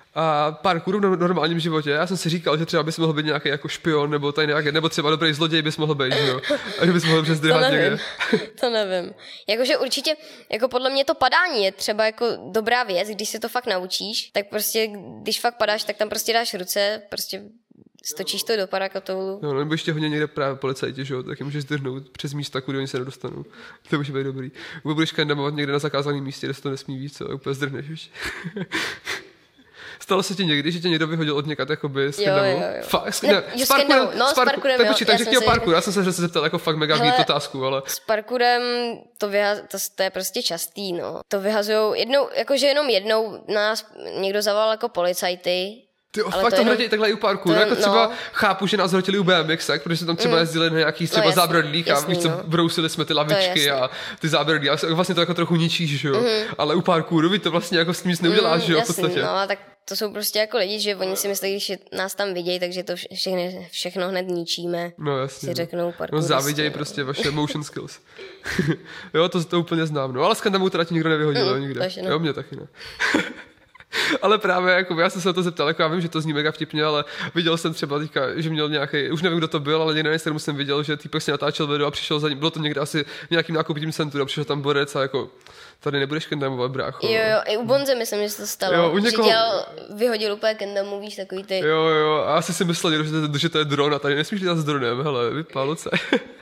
A parkour v normálním životě, já jsem si říkal, že třeba bys mohl být nějaký jako špion, nebo tady nějaký, nebo třeba dobrý zloděj bys mohl být, že jo? A že bys mohl přezdrhat někde.
To nevím. Jakože určitě, jako podle mě to padání je třeba jako dobrá věc, když se to fakt naučíš, tak prostě, když fakt padáš, tak tam prostě dáš ruce, prostě stočíš to do parakatoulu.
No, nebo ještě hodně někde právě policajti, že jo, tak je můžeš zdrhnout přes místa, kudy oni se nedostanou. To může být dobrý. Nebo budeš kandidovat někde na zakázaném místě, kde se to nesmí víc, co, úplně zdrhneš ještě. Stalo se ti někdy, že tě někdo vyhodil od někat jakoby z kendamu?
Jo, jo, jo.
Fakt?
Ne,
S parkourem?
No, s parkourem,
tak
jo.
počítám, že
Já
chtěl
jsem
parkour. Já jsem se zeptal jako fakt mega vít otázku, ale...
S parkourem to, vyhaz, to, to je prostě častý, no. To vyhazujou jednou, jakože jenom jednou nás někdo zavolal jako policajty.
Ty o, fakt to
jenom,
hledějí takhle i u parkouru. Jako třeba no. Chápu, že nás hrotili u bé em iks, protože tam třeba mm. jezdili na nějakých třeba no, zábradlích a víš co, no. brousili jsme ty lavičky a ty zábradlí a vlastně to jako trochu ničíš, že jo. Mm. Ale u parkouru vy to vlastně jako s tím nic neuděláš, mm, že jo, v podstatě.
No, tak to jsou prostě jako lidi, že oni si myslí, že nás tam vidějí, takže to všechny, všechno hned ničíme.
No jasně.
Si řeknou parkour.
No závidějí no. prostě vaše motion skills. Jo, to, to úplně znám. No, ale s kandamu teda ti nikdo nevyhodil, mm, nikde. No. Jo, mě taky ne. Ale právě, jako já jsem se na to zeptal, jako já vím, že to zní mega vtipně, ale viděl jsem třeba teďka, že měl nějaký, už nevím, kdo to byl, ale někde na Instagramu jsem viděl, že týpek si natáčel video a přišel za ním, bylo to někde asi v nějakým nákupním centru a přišel tam borec a jako, tady nebudeš kendamovat, brácho.
Jo, jo, i u Bonze myslím, že se to stalo. Jo, u někoho... Že dělal, vyhodil úplně kendamu, víš, takový ty.
Jo, jo, a asi si myslel, že to, že to je dron a tady nesmíš lítat s dronem, hele, vypálo se.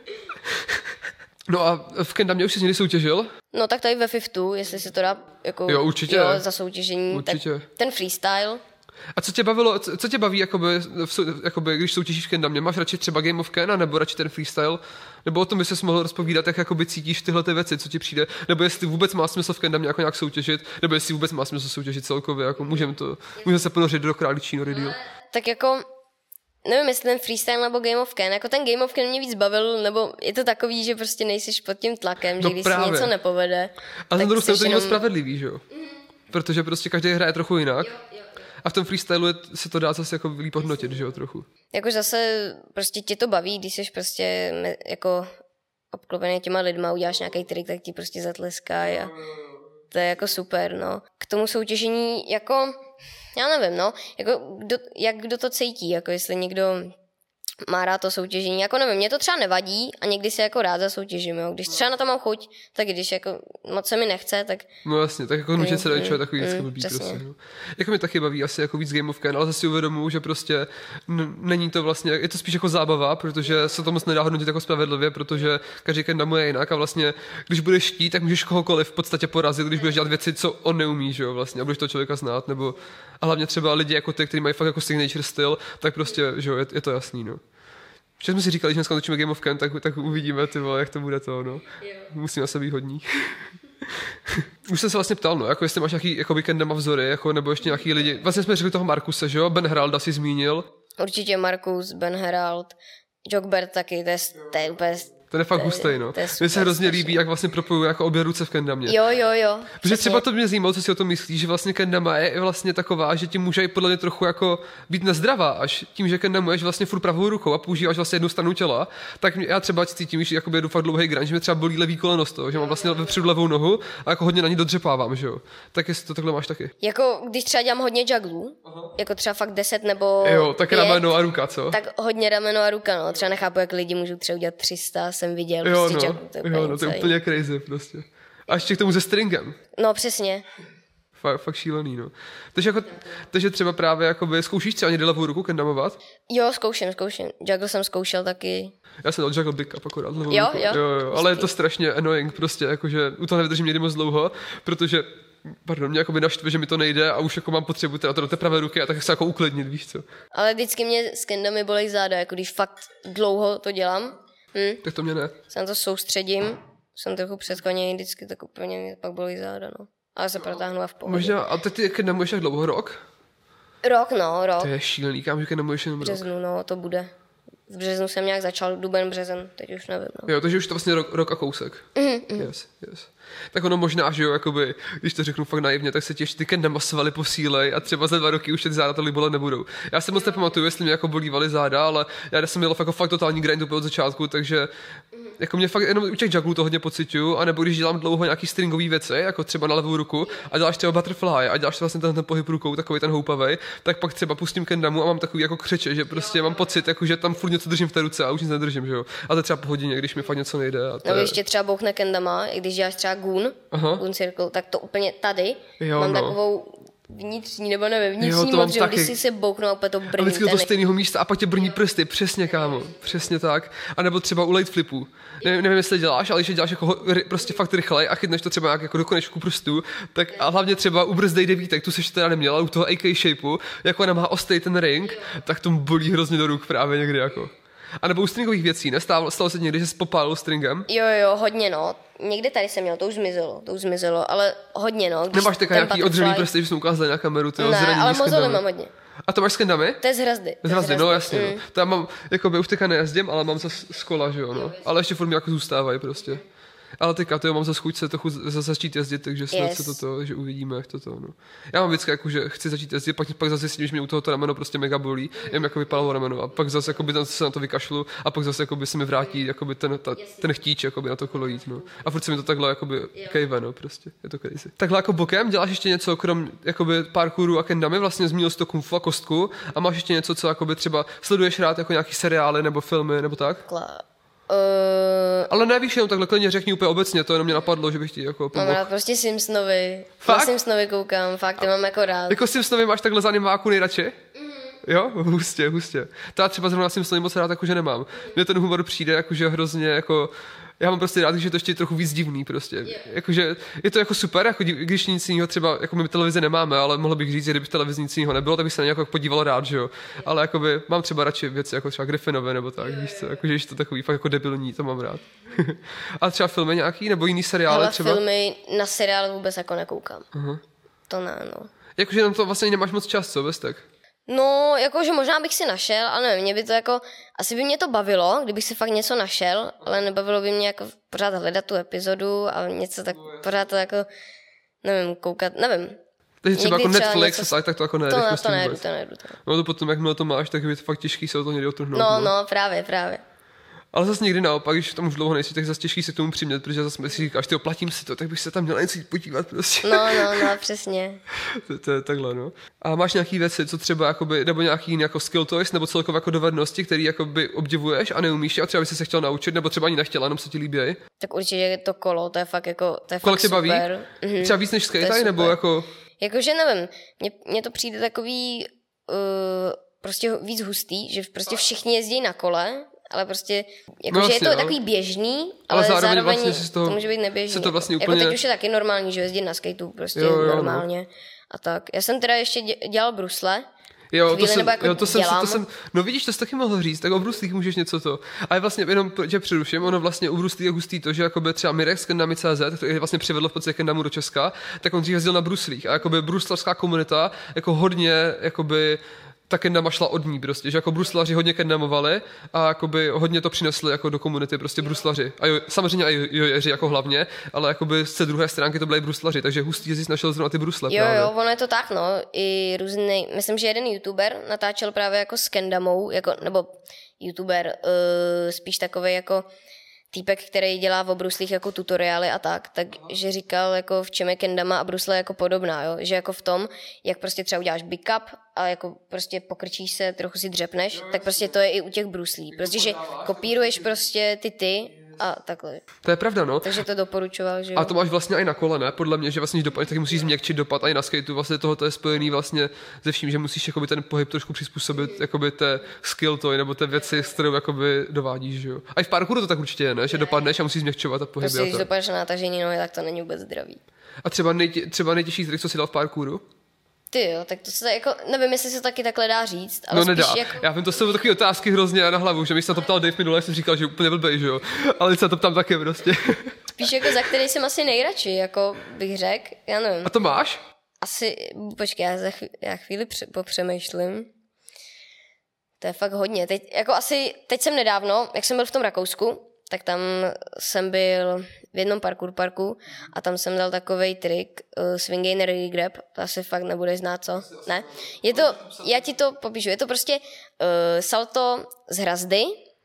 No a v kendamě už jsi někdy soutěžil?
No tak tady ve Fiftu, jestli se to dá jako
jo, určitě.
Jo, za soutěžení,
určitě.
Tak ten freestyle.
A co tě bavilo, co, co tě baví, jakoby, jakoby, když soutěžíš v kendamě? Máš radši třeba Game of Ken, nebo radši ten freestyle? Nebo o tom by ses mohl rozpovídat, jak jakoby cítíš tyhle ty věci, co ti přijde? Nebo jestli vůbec má smysl v kendamě jako nějak soutěžit? Nebo jestli vůbec má smysl soutěžit celkově? Jako můžeme to, můžeme se ponořit do králičího redeal.
Tak jako... Nevím, jestli ten freestyle nebo Game of Ken. Jako ten Game of Ken mě víc bavil, nebo je to takový, že prostě nejsiš pod tím tlakem, no že když právě. Se něco nepovede.
Ale na druhou stranu to není jenom... spravedlivý, že jo? Mm. Protože prostě každý hraje trochu jinak. Jo, jo, jo. A v tom freestylu se to dá zase jako líp hodnotit, že jo, trochu.
Jako zase prostě tě to baví, když jsi prostě jako obklopený těma lidma, uděláš nějaký trik, tak ti prostě zatleskají a to je jako super, no. K tomu soutěžení jako... Já nevím, no, jako kdo, jak kdo to cítí, jako jestli někdo má rád to soutěžení, jako nevím, mě to třeba nevadí a někdy si jako rád zasoutěžím, jo, když třeba na to mám chuť, tak když jako moc se mi nechce, tak...
No jasně, tak jako nutit se do něčeho takový vždycky blbý prostě, no. Jako mi taky baví asi jako víc Game of Ken, ale zase si uvědomuji, že prostě n- není to vlastně, je to spíš jako zábava, protože se to moc nedá hodnotit jako spravedlivě, protože každý kendamu je jinak a vlastně, když budeš chtít, tak můžeš kohokoliv v podstatě porazit, když budeš dělat věci, co on neumí, že jo, vlastně, a budeš toho člověka znát, nebo a hlavně třeba lidi jako ty, kteří mají fakt jako signature styl, tak prostě, že jo, je, je to jasný, no. Včera jsme si říkali, že dneska točíme Game of Ken, tak, tak uvidíme, ty vole, jak to bude to, no. Musíme se být hodní. Už jsem se vlastně ptal, no, jako jestli máš nějaký jako Kendama vzory, jako, nebo ještě nějaký lidi. Vlastně jsme řekli toho Markuse, že jo? Ben Heralda si zmínil.
Určitě Markus, Ben Herald, Jogbert taky, to je, to je úplně...
Ten je fakt hustý, no. Mně se hrozně líbí, jak vlastně propojují jako obě ruce v kendamě.
Jo, jo, jo.
Protože třeba to mě zajímalo, co si o tom myslíš, že vlastně kendama je vlastně taková, že ti může podle mě trochu jako být nezdravá, až tím, že kendamuješ vlastně furt pravou rukou a používáš vlastně jednu stranu těla, tak já třeba cítím, že jakoby jedu fakt dlouhý grind, že mě třeba bolí levý koleno z toho, že mám vlastně vepředu levou nohu a jako hodně na ní dodřepávám, že jo. Tak jestli to takhle máš taky.
Jako když třeba dělám hodně jugglu, jako třeba fakt deset nebo
jo, tak pět, rameno a ruka, co?
Tak hodně rameno a ruka, no. Třeba nechápu, jak lidi můžou třeba udělat tři sta, jsem viděl.
Jo, no. Jo, no, to je úplně crazy prostě. A ještě k tomu se stringem.
No, přesně.
Fakt, fakt šílený, no. Takže, jako, takže třeba právě jakoby, zkoušíš třeba někdy levou ruku kendamovat?
Jo, zkouším, zkouším. Juggle jsem zkoušel taky.
Já jsem dal juggle big up akorát levou
jo,
ruku.
Jo,
jo, jo. Ale je to strašně annoying prostě, jakože u toho nevydržím někdy moc dlouho, protože pardon, mě jakoby naštve, že mi to nejde a už jako mám potřebu teda to do té pravé ruky a tak se jako uklidnit, víš co. Ale
vždycky mě s kendami bolej záda, jako když fakt dlouho to dělám. Hm.
Tak to mě ne.
Se na to soustředím, jsem trochu předkloněný, vždycky tak úplně mě pak bolí záda, no. Ale se protáhnu a v pohodě.
Možná, ale ty kendamuješ jak dlouho, rok?
Rok, no, rok.
To je šílený, kam že kendamuješ jenom rok.
V březnu, no, to bude. V březnu jsem nějak začal, duben, březen, teď už nevím, no.
Jo, takže už to vlastně rok, rok a kousek.
Mm, mm.
Yes, yes. Tak ono možná, že jo, jakoby, když to řeknu fakt naivně, tak se ti ještě ty kendama svaly posílej a třeba za dva roky už ty záda tolik bolet nebudou. Já si moc nepamatuju, jestli mě jako bolívaly záda, ale já jsem měl jako fakt totální grind úplně od začátku, takže jako mě fakt jenom u těch jugglů to hodně pociťuju, anebo když dělám dlouho nějaký stringový věci, jako třeba na levou ruku a děláš třeba butterfly a děláš vlastně ten, ten pohyb rukou, takový ten houpavej, tak pak třeba pustím kendamu a mám takový jako křeče, že prostě mám pocit, jako, že tam furt něco držím v té ruce a už nic nedržím, že jo. A to třeba po hodině, když mi fakt něco nejde. A to
nebo
je...
ještě třeba bouchne kendama, i když děláš třeba gun, gun circle, tak to úplně tady. Jo, mám no. takovou vnitřní, nebo nevím, vnitřní moc, že když si se bouknou a úplně to brní.
A vždycky do stejného místa a pak tě brní prsty, přesně kámo, přesně tak. A nebo třeba u late flipů. Ne, nevím, jestli děláš, ale když je děláš jako ho, prostě fakt rychlej a chytneš to třeba nějak jako do konečku prstů, tak a hlavně třeba u brzdej devítek, tu seš teda neměla, u toho A K shapeu, jako ona má ostej ten ring, tak to bolí hrozně do ruk právě někdy jako. A nebo u stringových věcí, ne? Stalo, stalo se někdy, že jsi popálil stringem?
Jo, jo, hodně no. Někde tady jsem měl, to už zmizelo, to už zmizelo, ale hodně no.
Nemáš takový nějaký odřený prsty, že jsem ukázal na kameru, ty
ne,
zranění
ale
s
mozole
kendami.
mám hodně.
A to máš s kendami?
To je z hrazdy.
Z hrazdy, no jasně.
Mm.
No. To já mám, jakoby už teďka nejezdím, ale mám zase z kola, že jo, no. Ale ještě furt mi jako zůstávají prostě. Ale teďka to jo, mám zase chuť se trochu zase začít jezdit, takže snad
yes.
se toto, že uvidíme, jak to to, no. Já mám vždycky jako, že chci začít jezdit, pak, pak zase si, že mě u toho to rameno prostě mega bolí, jen jako vypadalo rameno a pak zase jakoby tam se na to vykašlu a pak zase jakoby se mi vrátí jakoby ten, ta, ten chtíč jakoby na to kolo jít, no. A furt se mi to takhle jakoby kejve, no, prostě, je to crazy. Takhle jako bokem děláš ještě něco krom jakoby parkouru a kendami, vlastně zmínil jsi to kung fu a kostku a máš ještě něco, co jakoby třeba sleduješ rád jako nějaký seriály nebo filmy nebo tak?
Kla-
Uh... Ale nevíš, jenom takhle klidně řekni úplně obecně, to jenom mě napadlo, že bych ti jako pomohl.
Mám rád prostě Simpsonovi.
Fakt?
Na Simpsonovi koukám, fakt, ty mám jako rád.
Jako Simpsonovi máš takhle z animáku nejradši? Mm-hmm. Jo? Hustě, hustě. To já třeba zrovna Simpsonovi moc rád jakože nemám. Mně ten humor přijde jakože hrozně jako... Já mám prostě rád, že je to ještě trochu víc divný prostě. Yeah. Jakože je to jako super, jako když nic jiného třeba, jako my televize nemáme, ale mohl bych říct, že kdyby v televizi nic jiného nebylo, tak bych se na ně jako podíval rád, že jo. Yeah. Ale jakoby mám třeba radši věci jako třeba Griffinové nebo tak, yeah, víš co, jakože když to takový fakt jako debilní, to mám rád. A třeba filmy nějaký nebo jiný seriály
ale
třeba?
filmy na seriály vůbec jako nekoukám. Uh-huh. To ne, no.
Jakože na to vlastně nemáš moc čas, co, bez tak?
No, jakože možná bych si našel, ale nevím, mě by to jako, asi by mě to bavilo, kdybych si fakt něco našel, ale nebavilo by mě jako pořád hledat tu epizodu a něco tak pořád to jako, nevím, koukat, nevím.
Takže třeba jako Netflix něco... a tak to jako nejde.
To, to nejdu, to nejdu. To.
No to potom, jakmile to máš, tak je to fakt těžký se o to někdy otrhnout.
No, no, no, právě, právě.
Ale zase někdy naopak, když tam už dlouho nejsi, tak zase těžký se k tomu přimět, protože zase si říkáš, ty oplatím si to, tak bych se tam měl něco podívat prostě.
No, no, no, přesně.
to, to je takhle, no. A máš nějaký věci, co třeba jakoby, nebo nějaký jako skill toys, nebo celkově jako dovednosti, které jakoby obdivuješ a neumíš a třeba by si se chtěl naučit, nebo třeba ani nechtěla, jenom se ti líbí?
Tak určitě je to kolo, to je fakt jako, to je
Kolik
fakt super.
Kolik tě baví? Mhm. Třeba víc než skate, nebo jako...
Jakože nevím, mně, mně to přijde takový uh, prostě víc hustý, že prostě všichni jezdí na kole, ale prostě, jakože no vlastně, je to no. takový běžný, ale, ale zároveň, zároveň vlastně to, to může být neběžný.
To vlastně úplně...
Jako teď už je taky normální, že jezdí na skateu prostě jo, jo, normálně. No. A tak. Já jsem teda ještě dělal brusle.
Jo, to jsem, jako jo, to jsem, to jsem, no vidíš, to jsi taky mohl říct, tak o bruslích můžeš něco to. Ale vlastně jenom tě přeruším, ono vlastně u bruslí je hustý to, že jakoby třeba Mirek z Kendami tečka cé zet, který vlastně přivedl v podstatě Kendamu do Česka, tak on dřív jezdil na bruslích a jakoby bruslařská komunita jako hodně jakoby ta kendama šla od ní prostě, že jako bruslaři hodně kendamovali a jakoby hodně to přinesli jako do komunity prostě bruslaři. A jo, samozřejmě i jojeři jako hlavně, ale jakoby z té druhé stránky to byly bruslaři, takže hustý, že jsi našel zrovna ty brusle.
Jo,
právě.
jo, ono je to tak, no. I různý, myslím, že jeden youtuber natáčel právě jako s kendamou, jako, nebo youtuber, uh, spíš takovej jako týpek, který dělá v bruslích jako tutoriály a tak, takže říkal, jako v čem je kendama a brusle jako podobná, jo? Že jako v tom, jak prostě třeba uděláš big up a jako prostě pokrčíš se, trochu si dřepneš, tak prostě to je i u těch bruslí. Prostě, že kopíruješ prostě ty ty a takhle.
To je pravda, no.
Takže to doporučoval, že jo.
A to máš vlastně i na kole, ne? Podle mě, že vlastně když dopadneš, tak musíš změkčit dopad i na skateu. Vlastně toho to je spojený vlastně se vším, že musíš jakoby ten pohyb trošku přizpůsobit jakoby té skill toy nebo té věci, s kterou jakoby dovádíš, že jo. A i v parkouru to tak určitě je, ne? Že dopadneš a musíš změkčovat a pohyby.
Prostě, když dopadneš na natažení nohy, tak to není vůbec zdravý.
A třeba, nejtě, třeba nejtěžší trik, co si dal v parkouru?
Ty jo, tak to se jako, nevím, jestli se to taky takhle dá říct, ale
no nedá.
Spíš jako...
Já vím, to jsou takové otázky hrozně na hlavu, že mi se na to ptal Dave minule, jsem říkal, že úplně blbej, že jo, ale se to ptám taky prostě.
Spíš jako za který jsem asi nejradši, jako bych řekl, já nevím.
A to máš?
Asi, počkej, já, za chvíli, já chvíli pře- popřemýšlím. To je fakt hodně. Teď, jako asi, teď jsem nedávno, jak jsem byl v tom Rakousku, tak tam jsem byl v jednom parkour parku a tam jsem dal takovej trik uh, swing gainer grab, to asi fakt nebudeš znát, co? Ne? Je to, já ti to popíšu, je to prostě uh, salto z hrazdy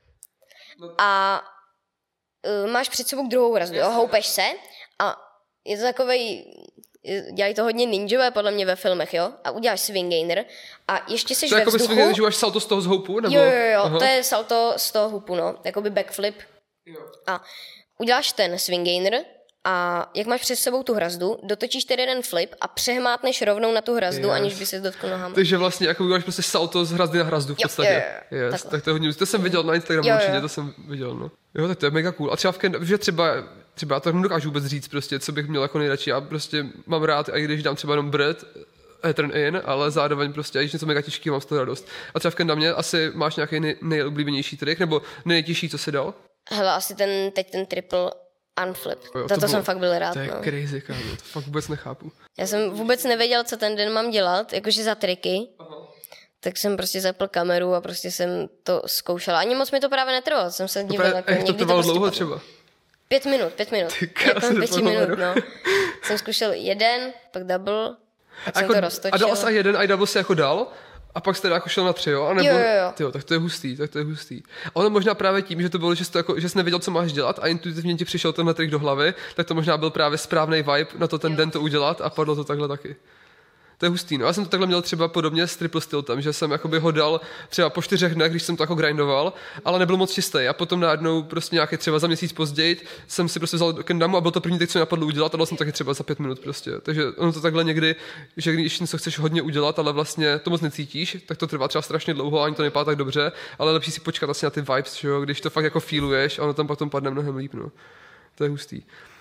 a uh, máš před sebou druhou hrazdu, jo? Houpeš se a je to takovej, dělají to hodně ninjové podle mě ve filmech, jo? A uděláš swing gainer a ještě seš ve vzduchu. To je jako
že máš salto z toho z houpu? Nebo?
Jo, jo, jo, Aha. To je salto z toho houpu, no, jakoby backflip. Jo. A uděláš ten swing gainer A jak máš před sebou tu hrazdu, dotočíš tedy jeden flip a přehmátneš rovnou na tu hrazdu, yes. aniž by se dotkl nohama.
Takže vlastně jako uděláš prostě salto z hrazdy na hrazdu v podstatě. Jo, jo, jo. Yes, tak to je hodně, to jsem viděl na Instagramu určitě, to jsem viděl, no. Jo, tak to je mega cool. A třeba v Ken, že třeba, třeba já to nedokážu vůbec říct prostě, co bych měl jako nejradši. Já prostě mám rád, i když dám třeba jenom bread, turn in, ale zároveň prostě, když něco mega těžký, mám z toho radost. A třeba v Kendamě asi máš nějaký nej, nejoblíbenější trik, nebo nejtěžší, co si dal?
Hele, asi ten, teď ten triple unflip. Jo, to, to, to bylo, jsem fakt byl rád.
To je
no.
crazy, kámo, to fakt vůbec nechápu.
Já jsem vůbec nevěděl, co ten den mám dělat, jakože za triky. Aha. Tak jsem prostě zapl kameru a prostě jsem to zkoušela. Ani moc mi to právě netrvalo, jsem se dívala.
Jako, jak to trvalo
to
dlouho
prostě
třeba?
Pět minut, pět minut. Jako pěti minut, no. Jsem zkoušel jeden, pak double, pak
jako,
jsem to roztočil.
A dal jsi a jeden, a double si jako dal? A pak jste jako šel na tři, jo? A nebo,
jo, jo, jo.
Tyjo, tak to je hustý, tak to je hustý. A ono možná právě tím, že to bylo, že jsi, to jako, že jsi nevěděl, co máš dělat a intuitivně ti přišel tenhle trik do hlavy, tak to možná byl právě správný vibe na to ten jo. den to udělat a padlo to takhle taky. To je hustý, no. Já jsem to takhle měl třeba podobně s triple stiltem, že jsem jakoby ho dal třeba po čtyřech dnech, když jsem to jako grindoval, ale nebyl moc čistý. A potom najednou prostě nějaký třeba za měsíc později jsem si prostě vzal Kendamu a byl to první tak, co mi napadlo udělat, a dal jsem taky třeba za pět minut prostě. Takže ono to takhle někdy, že když něco chceš hodně udělat, ale vlastně to moc necítíš, tak to trvá třeba strašně dlouho, ani to nepadá tak dobře, ale lepší si počkat asi na ty vibes, že jo, když to fakt jako feeluješ a ono tam potom padne mnohem líp, no. To je hustý.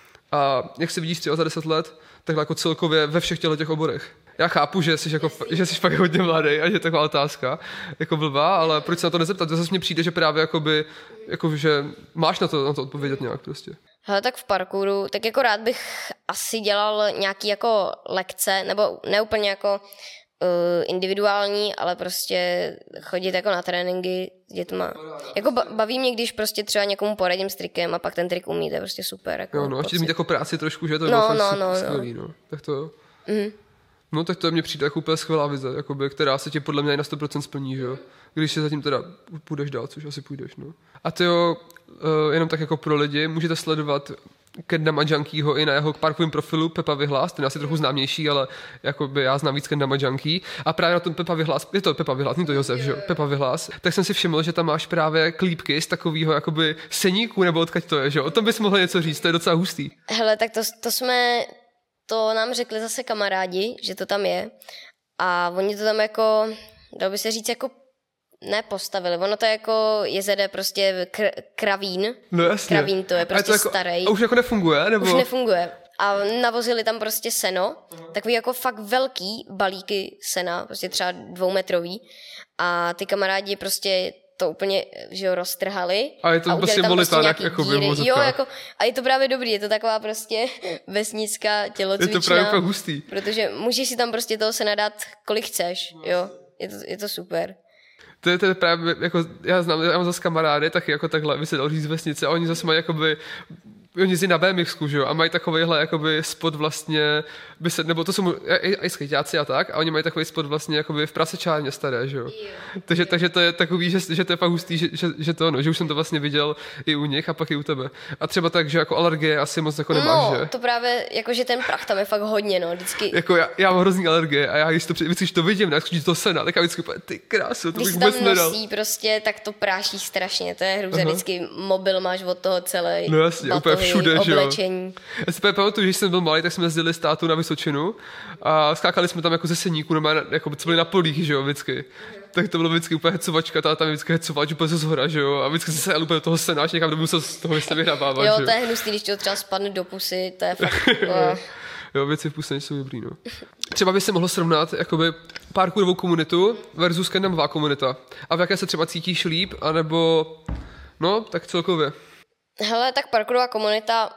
A jak se vidíš třeba za deset let, takhle jako celkově ve všech těch oborech. Já chápu, že jsi, jako, že jsi fakt hodně mladý a že je taková otázka jako blbá, ale proč se na to nezeptat? To zase mně přijde, že právě jakoby, jako, že máš na to, na to odpovědět nějak prostě.
Hele, tak v parkouru, tak jako rád bych asi dělal nějaký jako lekce, nebo ne úplně jako uh, individuální, ale prostě chodit jako na tréninky s dětma. Jako baví mě, když prostě třeba někomu poradím s trikem a pak ten trik umí, to je prostě super. Jako
jo, no, ještě mít jako práci trošku, že to je
no,
vlastně
no, no,
skvělý, no. Tak to jo.
Mm.
No tak to mně přijde jako úplně skvělá vize, jakoby, která se ti podle mě i na sto procent splní, že jo? Když se zatím teda půjdeš dál, což asi půjdeš, no. A ty jo, uh, jenom tak jako pro lidi, můžete sledovat Kendama Junkieho i na jeho parkovém profilu Pepa Vyhlás, ten je asi trochu známější, ale jakoby já znám víc Kendama Junkie. A právě na tom Pepa Vyhlás, je to Pepa Vyhlás, není to Josef, že jo? Pepa Vyhlás, tak jsem si všiml, že tam máš právě klípky z takového jakoby seníku, nebo odkud to je, že jo? O tom bys mohla něco říct, to je docela hustý.
Hele, tak to, to jsme... To nám řekli zase kamarádi, že to tam je a oni to tam jako, dalo by se říct, jako ne postavili, ono to je jako J Z D prostě kr- kravín,
no jasně.
Kravín to je prostě
to jako,
starý.
A už jako nefunguje, nebo?
Už nefunguje a navozili tam prostě seno, uh-huh. takový jako fakt velký balíky sena, prostě třeba dvoumetrový a ty kamarádi prostě to úplně, že jo, roztrhali.
A je to
a
prostě volitánek, jako by
Jo, jako, a je to právě dobrý, je to taková prostě vesnická tělocvična.
Je to právě fakt hustý.
Protože můžeš si tam prostě toho se nadat, kolik chceš, jo. Je to, je to super.
To je, to je právě, jako, já znám, já mám zase kamarády, taky jako takhle, by se dal říct z vesnice, a oni zase mají jakoby, oni jezdí na bé em iks, že jo, a mají takovýhle jakoby spot vlastně, by se, nebo to jsou i skejťáci a tak, a oni mají takový spot vlastně jakoby v prasečárně staré, že jo. Takže, takže to je takový, že, že to je fakt hustý, že, že, že to, no, že už jsem to vlastně viděl i u nich a pak i u tebe. A třeba tak, že jako alergie asi moc jako nemáš,
no,
že?
to právě, jakože ten prach tam je fakt hodně, no, vždycky.
Jako já, já mám hrozný alergie a já když to, vždycky, když to vidím, na to sena, tak já vždycky úplně, ty krásu, to bych vůbec nedal.
Když tam nosí prostě, tak to práší strašně, to je hrůza, vždycky mobil máš od toho celý.
No jasně, úplně všude,
oblečení.
Já si pamatuju, že jsem byl malý, tak jsme jezdili s tátou na Vysočinu a skákali jsme tam jako ze seníku, normálně, jako co byli na polích, že jo, vždycky. Tak to bylo vždycky úplně hecovačka, táta tam vždycky hecovač úplně ze zhora, že jo, a vždycky se se úplně toho senáš někam, kdo musel z toho se vyhrabávat,
jo,
že jo.
To je hnusný, když to třeba spadne do pusy, to je fakt...
Jo, věci v pusě jsou dobrý, no. Třeba by se mohlo srovnat jakoby parkourovou komunitu versus kendamová komunita. A v jaké se třeba cítíš líp, anebo, no, tak celkově.
Hele, tak parkourová komunita,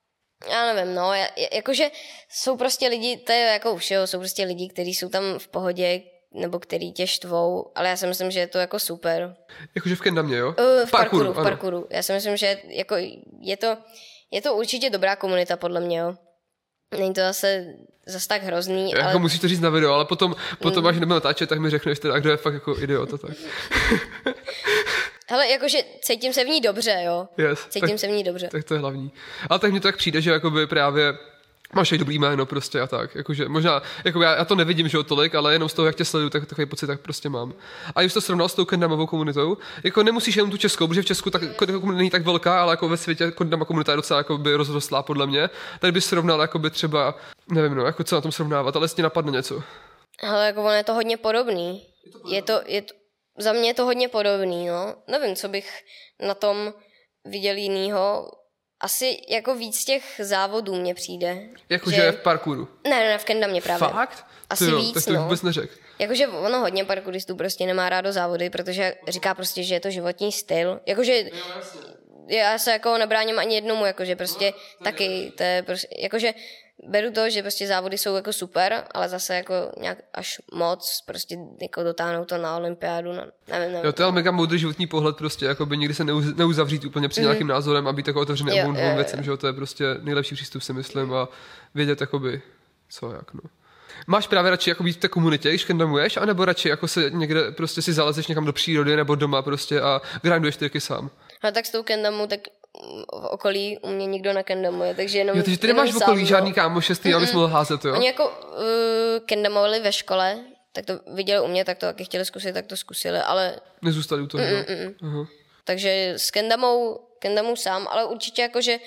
já nevím, no, jakože jsou prostě lidi, to je jako už, jo, jsou prostě lidi, kteří jsou tam v pohodě, nebo který tě štvou, ale já si myslím, že je to jako super.
Jakože v kendamě, jo?
Uh, v parkouru, v parkouru. Já si myslím, že jako je to, je to určitě dobrá komunita, podle mě, jo. Není to zase zase tak hrozný,
jako
ale...
musíš to říct na video, ale potom, potom mm. až nebudeme natáčet, tak mi řekneš teda, kdo je fakt jako idiot a tak.
Hele, jakože cítím se v ní dobře, jo.
Yes,
cítím
tak,
se v ní dobře.
Tak to je hlavní. Ale tak mně to tak přijde, že jakoby právě máš i dobrý jméno prostě a tak, jakože možná, jako já, já to nevidím, že jo, tolik, ale jenom z toho, jak tě sleduju, tak takový pocit tak prostě mám. A už to srovnal s tou kendamovou komunitou, jako nemusíš jenom tu českou, protože v Česku tak, jako komunita není tak velká, ale jako ve světě kendama komunita je docela jako by rozrostlá podle mě. Tady bys srovnal jako by třeba, nevím no, jako co na tom srovnávat, ale jestli napadne něco.
Ale jako ono je to hodně podobný. Je to, je to, je to, za mě je to hodně podobný, no. Nevím, co bych na tom viděl jinýho. Asi jako víc těch závodů mně přijde.
Jakože že... v parkouru?
Ne, ne, v kendamě právě.
Fakt?
Asi
jo,
víc,
tak to
no.
vůbec neřekl.
Jakože ono hodně parkouristů prostě nemá rádo závody, protože říká prostě, že je to životní styl. Jakože já se jako nebráním ani jednomu, jakože prostě taky, to je prostě, jakože beru to, že prostě závody jsou jako super, ale zase jako nějak až moc prostě jako dotáhnout to na olympiádu, na, nevím, nevím.
Jo, to je ale mega moudrý životní pohled prostě, jako by nikdy se neuz, neuzavřít úplně před mm. nějakým názorem a být jako otevřený obou dvou věcem, že jo, to je prostě nejlepší přístup si myslím a vědět jakoby co jak no. Máš právě radši jako být v té komunitě, když kendamuješ, anebo radši jako se někde prostě si zalezeš někam do přírody nebo doma prostě a grinduješ ty sám?
Ale tak s tou kendamu, tak v okolí u mě nikdo nekendamuje, takže jenom...
Jo, takže ty nemáš v okolí sám, žádný kámoše, s kterým abys mohl házet, jo?
Oni jako uh, kendamovali ve škole, tak to viděli u mě, tak to taky chtěli zkusit, tak to zkusili, ale...
Nezůstali u toho,
mm, mm, mm. Takže s kendamou, kendamou sám, ale určitě jakože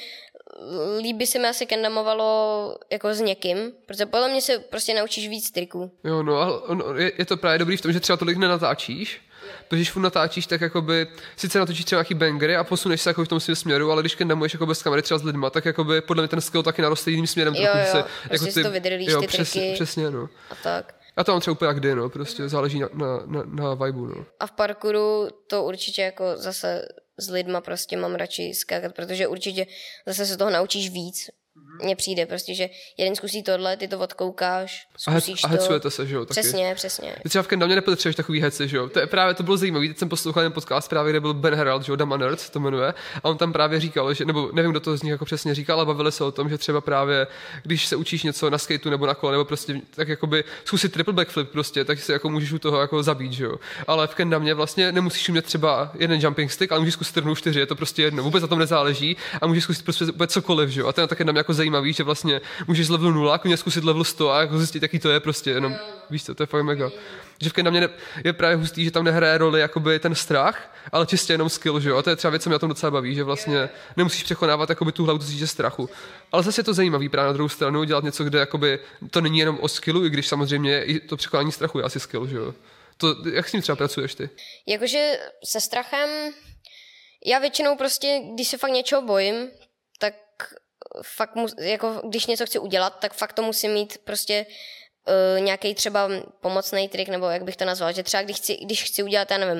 líbí se mi asi kendamovalo jako s někým, protože podle mě se prostě naučíš víc triků.
Jo, no a on, je, je to právě dobrý v tom, že třeba tolik nenatáčíš, protože když furt natáčíš, tak jakoby sice natočíš třeba nějaký bangery a posuneš se jako v tom svém směru, ale když kendamuješ jako bez kamery třeba s lidma, tak jakoby podle mě ten skill taky naroste jiným směrem.
Jo, jo,
se,
prostě
jako
ty,
ty,
to vydrlíš,
jo,
ty
přesně,
triky.
Přesně, no.
A tak.
A to mám třeba úplně jak kdy, no, prostě záleží na, na, na, na vibu, no.
A v parkouru to určitě jako zase s lidma prostě mám radši skákat, protože určitě zase se toho naučíš víc. Mně přijde prostě, že jeden zkusí tohle, ty to odkoukáš, zkusíš
a he, a hecujete se, že jo?
Taky. Přesně, přesně.
Ty třeba v kendamě nepotřebuješ takový heci, že jo? To je právě, to bylo zajímavé, teď jsem poslouchal ten podcast právě, kde byl Ben Herald, že jo, Dama Nerd to jmenuje, a on tam právě říkal, že, nebo nevím, kdo to z nich jako přesně říkal, ale bavili se o tom, že třeba právě, když se učíš něco na skateu nebo na kole, nebo prostě tak jakoby zkusit triple backflip prostě, tak si jako můžeš u toho jako zabít, že jo? Ale v kendamě vlastně nemusíš mít třeba jeden jumping stick, ale můžeš zkusit trhnout čtyři, je to prostě jedno, vůbec na tom nezáleží a můžeš zkusit prostě vůbec cokoliv, že jo? A to je taky jako zajímavý, že vlastně můžeš z levelu nula, jako zkusit level sto a jako zjistit, jaký to je prostě, jenom, víš co, to je fakt mega. Že v kendamě je právě hustý, že tam nehraje roli jakoby ten strach, ale čistě jenom skill, že jo, a to je třeba věc, co mě na tom docela baví, že vlastně nemusíš překonávat jakoby tu hlavu, co se strachu. Ale zase je to zajímavý právě na druhou stranu dělat něco, kde jakoby to není jenom o skillu, i když samozřejmě i to překonání strachu je asi skill, že jo. To, jak s tím třeba pracuješ ty?
Jakože se strachem, já většinou prostě, když se fakt něčeho bojím, tak fakt mu, jako když něco chci udělat, tak fakt to musím mít prostě uh, nějaký třeba pomocný trik, nebo jak bych to nazval, že třeba když chci, když chci udělat, já nevím,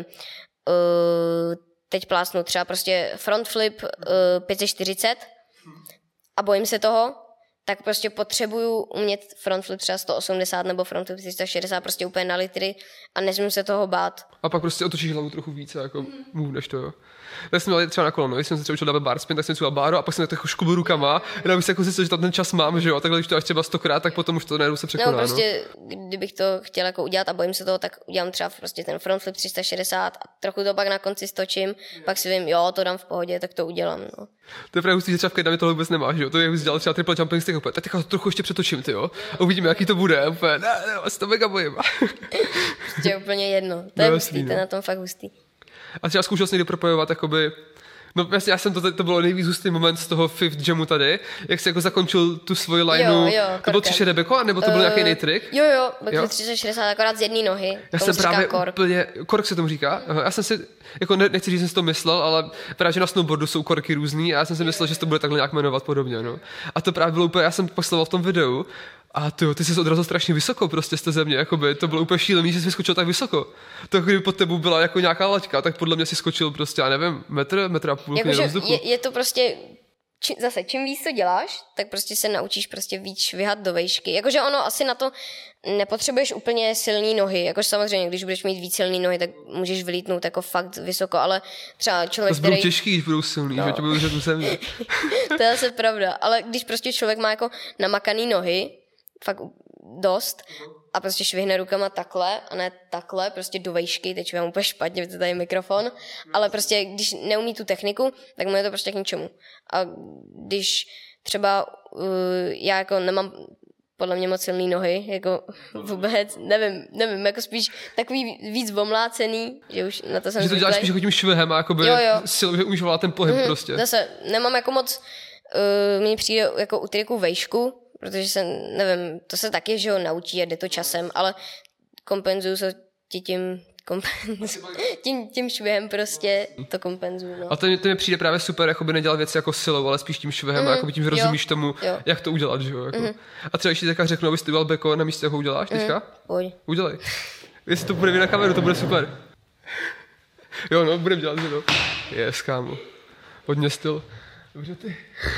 uh, teď plásnu třeba prostě front flip uh, pět set čtyřicet a bojím se toho, tak prostě potřebuju umět front flip třeba sto osmdesát nebo front flip tři sta šedesát prostě úplně na litry a nesmím se toho bát.
A pak prostě otočíš hlavu trochu více, jako můžeš to, jo. Tak jsem měl třeba na koleno, když jsem se třeba učil dávat bar spin, tak jsem třeba báro a pak jsem tak škubu rukama, jenom bych si jako zjistil, že tam ten čas mám, že jo, a takhle když to až třeba stokrát, tak potom už to najednou se překoná.
No prostě, no. Kdybych to chtěl jako udělat a bojím se toho, tak udělám třeba prostě ten front flip tři sta šedesát a trochu to pak na konci stočím, pak si vím, jo, to dám v pohodě, tak to udělám, no.
To je právě hustý, že třeba v kendami tohle vůbec nemáš, jo. To je, jak dělal třeba triple jumping stick, tak tak to trochu ještě přetočím, ty jo. A uvidíme, jaký to bude, úplně. Ne, ne, já se to mega bojím.
Prostě úplně jedno. To je no, hustý, to je na tom fakt hustý.
A třeba zkoušel jsi někdy propojovat, jakoby, no vlastně já jsem to, to bylo nejvíc hustý moment z toho fifth jamu tady, jak jsi jako zakončil tu svoji lineu,
jo, jo,
to byl tři sta šedesát beko, nebo to byl uh, nějaký jiný trik?
Jo, jo, byl tři sta šedesát, akorát z jedné nohy.
Já jsem právě kork. úplně, kork se tomu říká, já jsem si, jako ne, nechci říct, že jsem si to myslel, ale právě, že na snowboardu jsou korky různý a já jsem si myslel, že se to bude takhle nějak jmenovat podobně, no. A to právě bylo úplně, já jsem posledoval v tom videu, a ty, ty jsi odrazil strašně vysoko prostě z té země, jakoby, to bylo úplně šílený, že jsi skočil tak vysoko. To kdyby pod tebou byla jako nějaká laťka, tak podle mě si skočil prostě, já nevím, metr, metr a půl
jako,
do vzduchu.
Je, je to prostě, či, zase, čím víc to děláš, tak prostě se naučíš prostě víc švihat do vejšky. Jakože ono asi na to nepotřebuješ úplně silný nohy, jakož samozřejmě, když budeš mít víc silný nohy, tak můžeš vylítnout jako fakt vysoko, ale třeba člověk,
to budou který... těžký, když budou silný, no. Že tě budou tu země.
To je asi pravda, ale když prostě člověk má jako namakaný nohy, fakt dost a prostě švihne rukama takhle a ne takhle, prostě do vejšky, teď mám úplně špatně, to tady mikrofon, ale prostě když neumí tu techniku, tak mu je to prostě k ničemu. A když třeba uh, já jako nemám podle mě moc silný nohy, jako vůbec, nevím, nevím, jako spíš takový víc omlácený, že už na to jsem
Že to děláš spíš jako tím švihem a jakoby
jo, jo.
silou, že umíš volat ten pohyb mm, prostě.
Zase nemám jako moc, uh, mně přijde jako u triku vejšku, protože se, nevím, to se taky, že ho naučí a jde to časem, ale kompenzuju se tím, kompenzu, tím, tím švihem prostě to kompenzuju. No.
A to, to mi přijde právě super, jakoby nedělat věci jako silou, ale spíš tím švihem mm, a jakoby tím, že rozumíš
jo,
tomu,
jo.
jak to udělat, že jo. Jako.
Mm.
A třeba ještě teďka řeknu, abys ty udělal beko na místě, jak ho uděláš teďka?
Mm, pojď.
Udělej. Jestli to bude na kameru, to bude super. Jo, no, budem dělat, že no. Yes, kámo. Hodně styl. Dobře ty.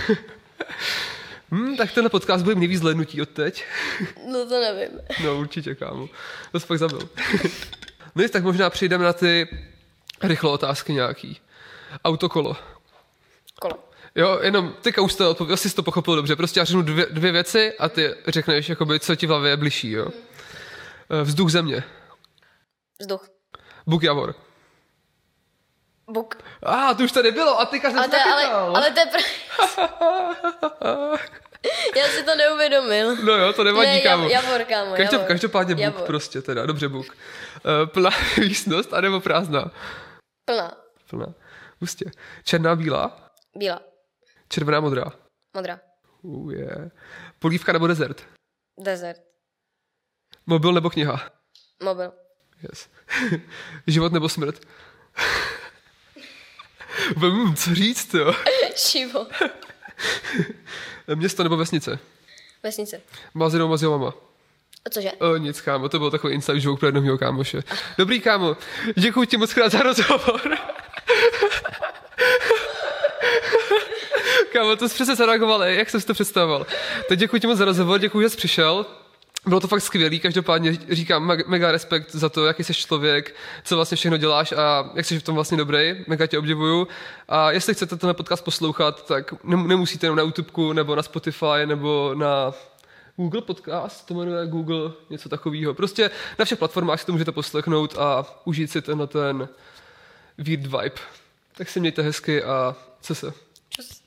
Hmm, tak tenhle podcast bude nejvíc zhlédnutí od teď.
No to nevím.
No určitě, kámo. To jsi fakt zabil. No tak možná přijdeme na ty rychlé otázky nějaký. Autokolo.
Kolo.
Jo, jenom teďka už to, asi jsi to pochopil dobře. Prostě já řeknu dvě, dvě věci a ty řekneš, jakoby, co ti v hlavě je bližší, jo. Vzduch země.
Vzduch.
Buk Javor.
Buk.
A, ah, to už tady bylo a teďka jsem
to ale, ale to je pr... Já si to neuvědomil.
No jo, to nevadí,
ne,
kámo.
Javor, kámo,
Každop,
Javor.
Každopádně buk
Javor.
prostě teda, dobře buk. Uh, plná místnost, anebo prázdná?
Plná.
Plná. Hustě. Černá, bílá?
Bílá.
Červená, modrá?
Modrá.
Uh, yeah. Polívka nebo dezert?
Desert.
Mobil nebo kniha?
Mobil.
Yes. Život nebo smrt? Hmm, co říct, jo?
Život.
Město nebo vesnice?
Vesnice.
Mazi nebo Maziho mama?
A cože?
O, nic, kámo, to byl takový inside joke pro jednoho mýho kámoše. Dobrý, kámo, děkuji ti moc krát za rozhovor. Kámo, to jsi přesně zareagoval, jak jsem si to představoval. Tak děkuji ti moc za rozhovor, děkuji, že jsi přišel. Bylo to fakt skvělý, každopádně říkám mega respekt za to, jaký jsi člověk, co vlastně všechno děláš a jak jsi v tom vlastně dobrý, mega tě obdivuju. A jestli chcete tenhle podcast poslouchat, tak nemusíte jenom na YouTubeku nebo na Spotify nebo na Google Podcast, to jmenuje Google, něco takového. Prostě na všech platformách si to můžete poslechnout a užít si tenhle ten weird vibe. Tak si mějte hezky a co se.
Čus.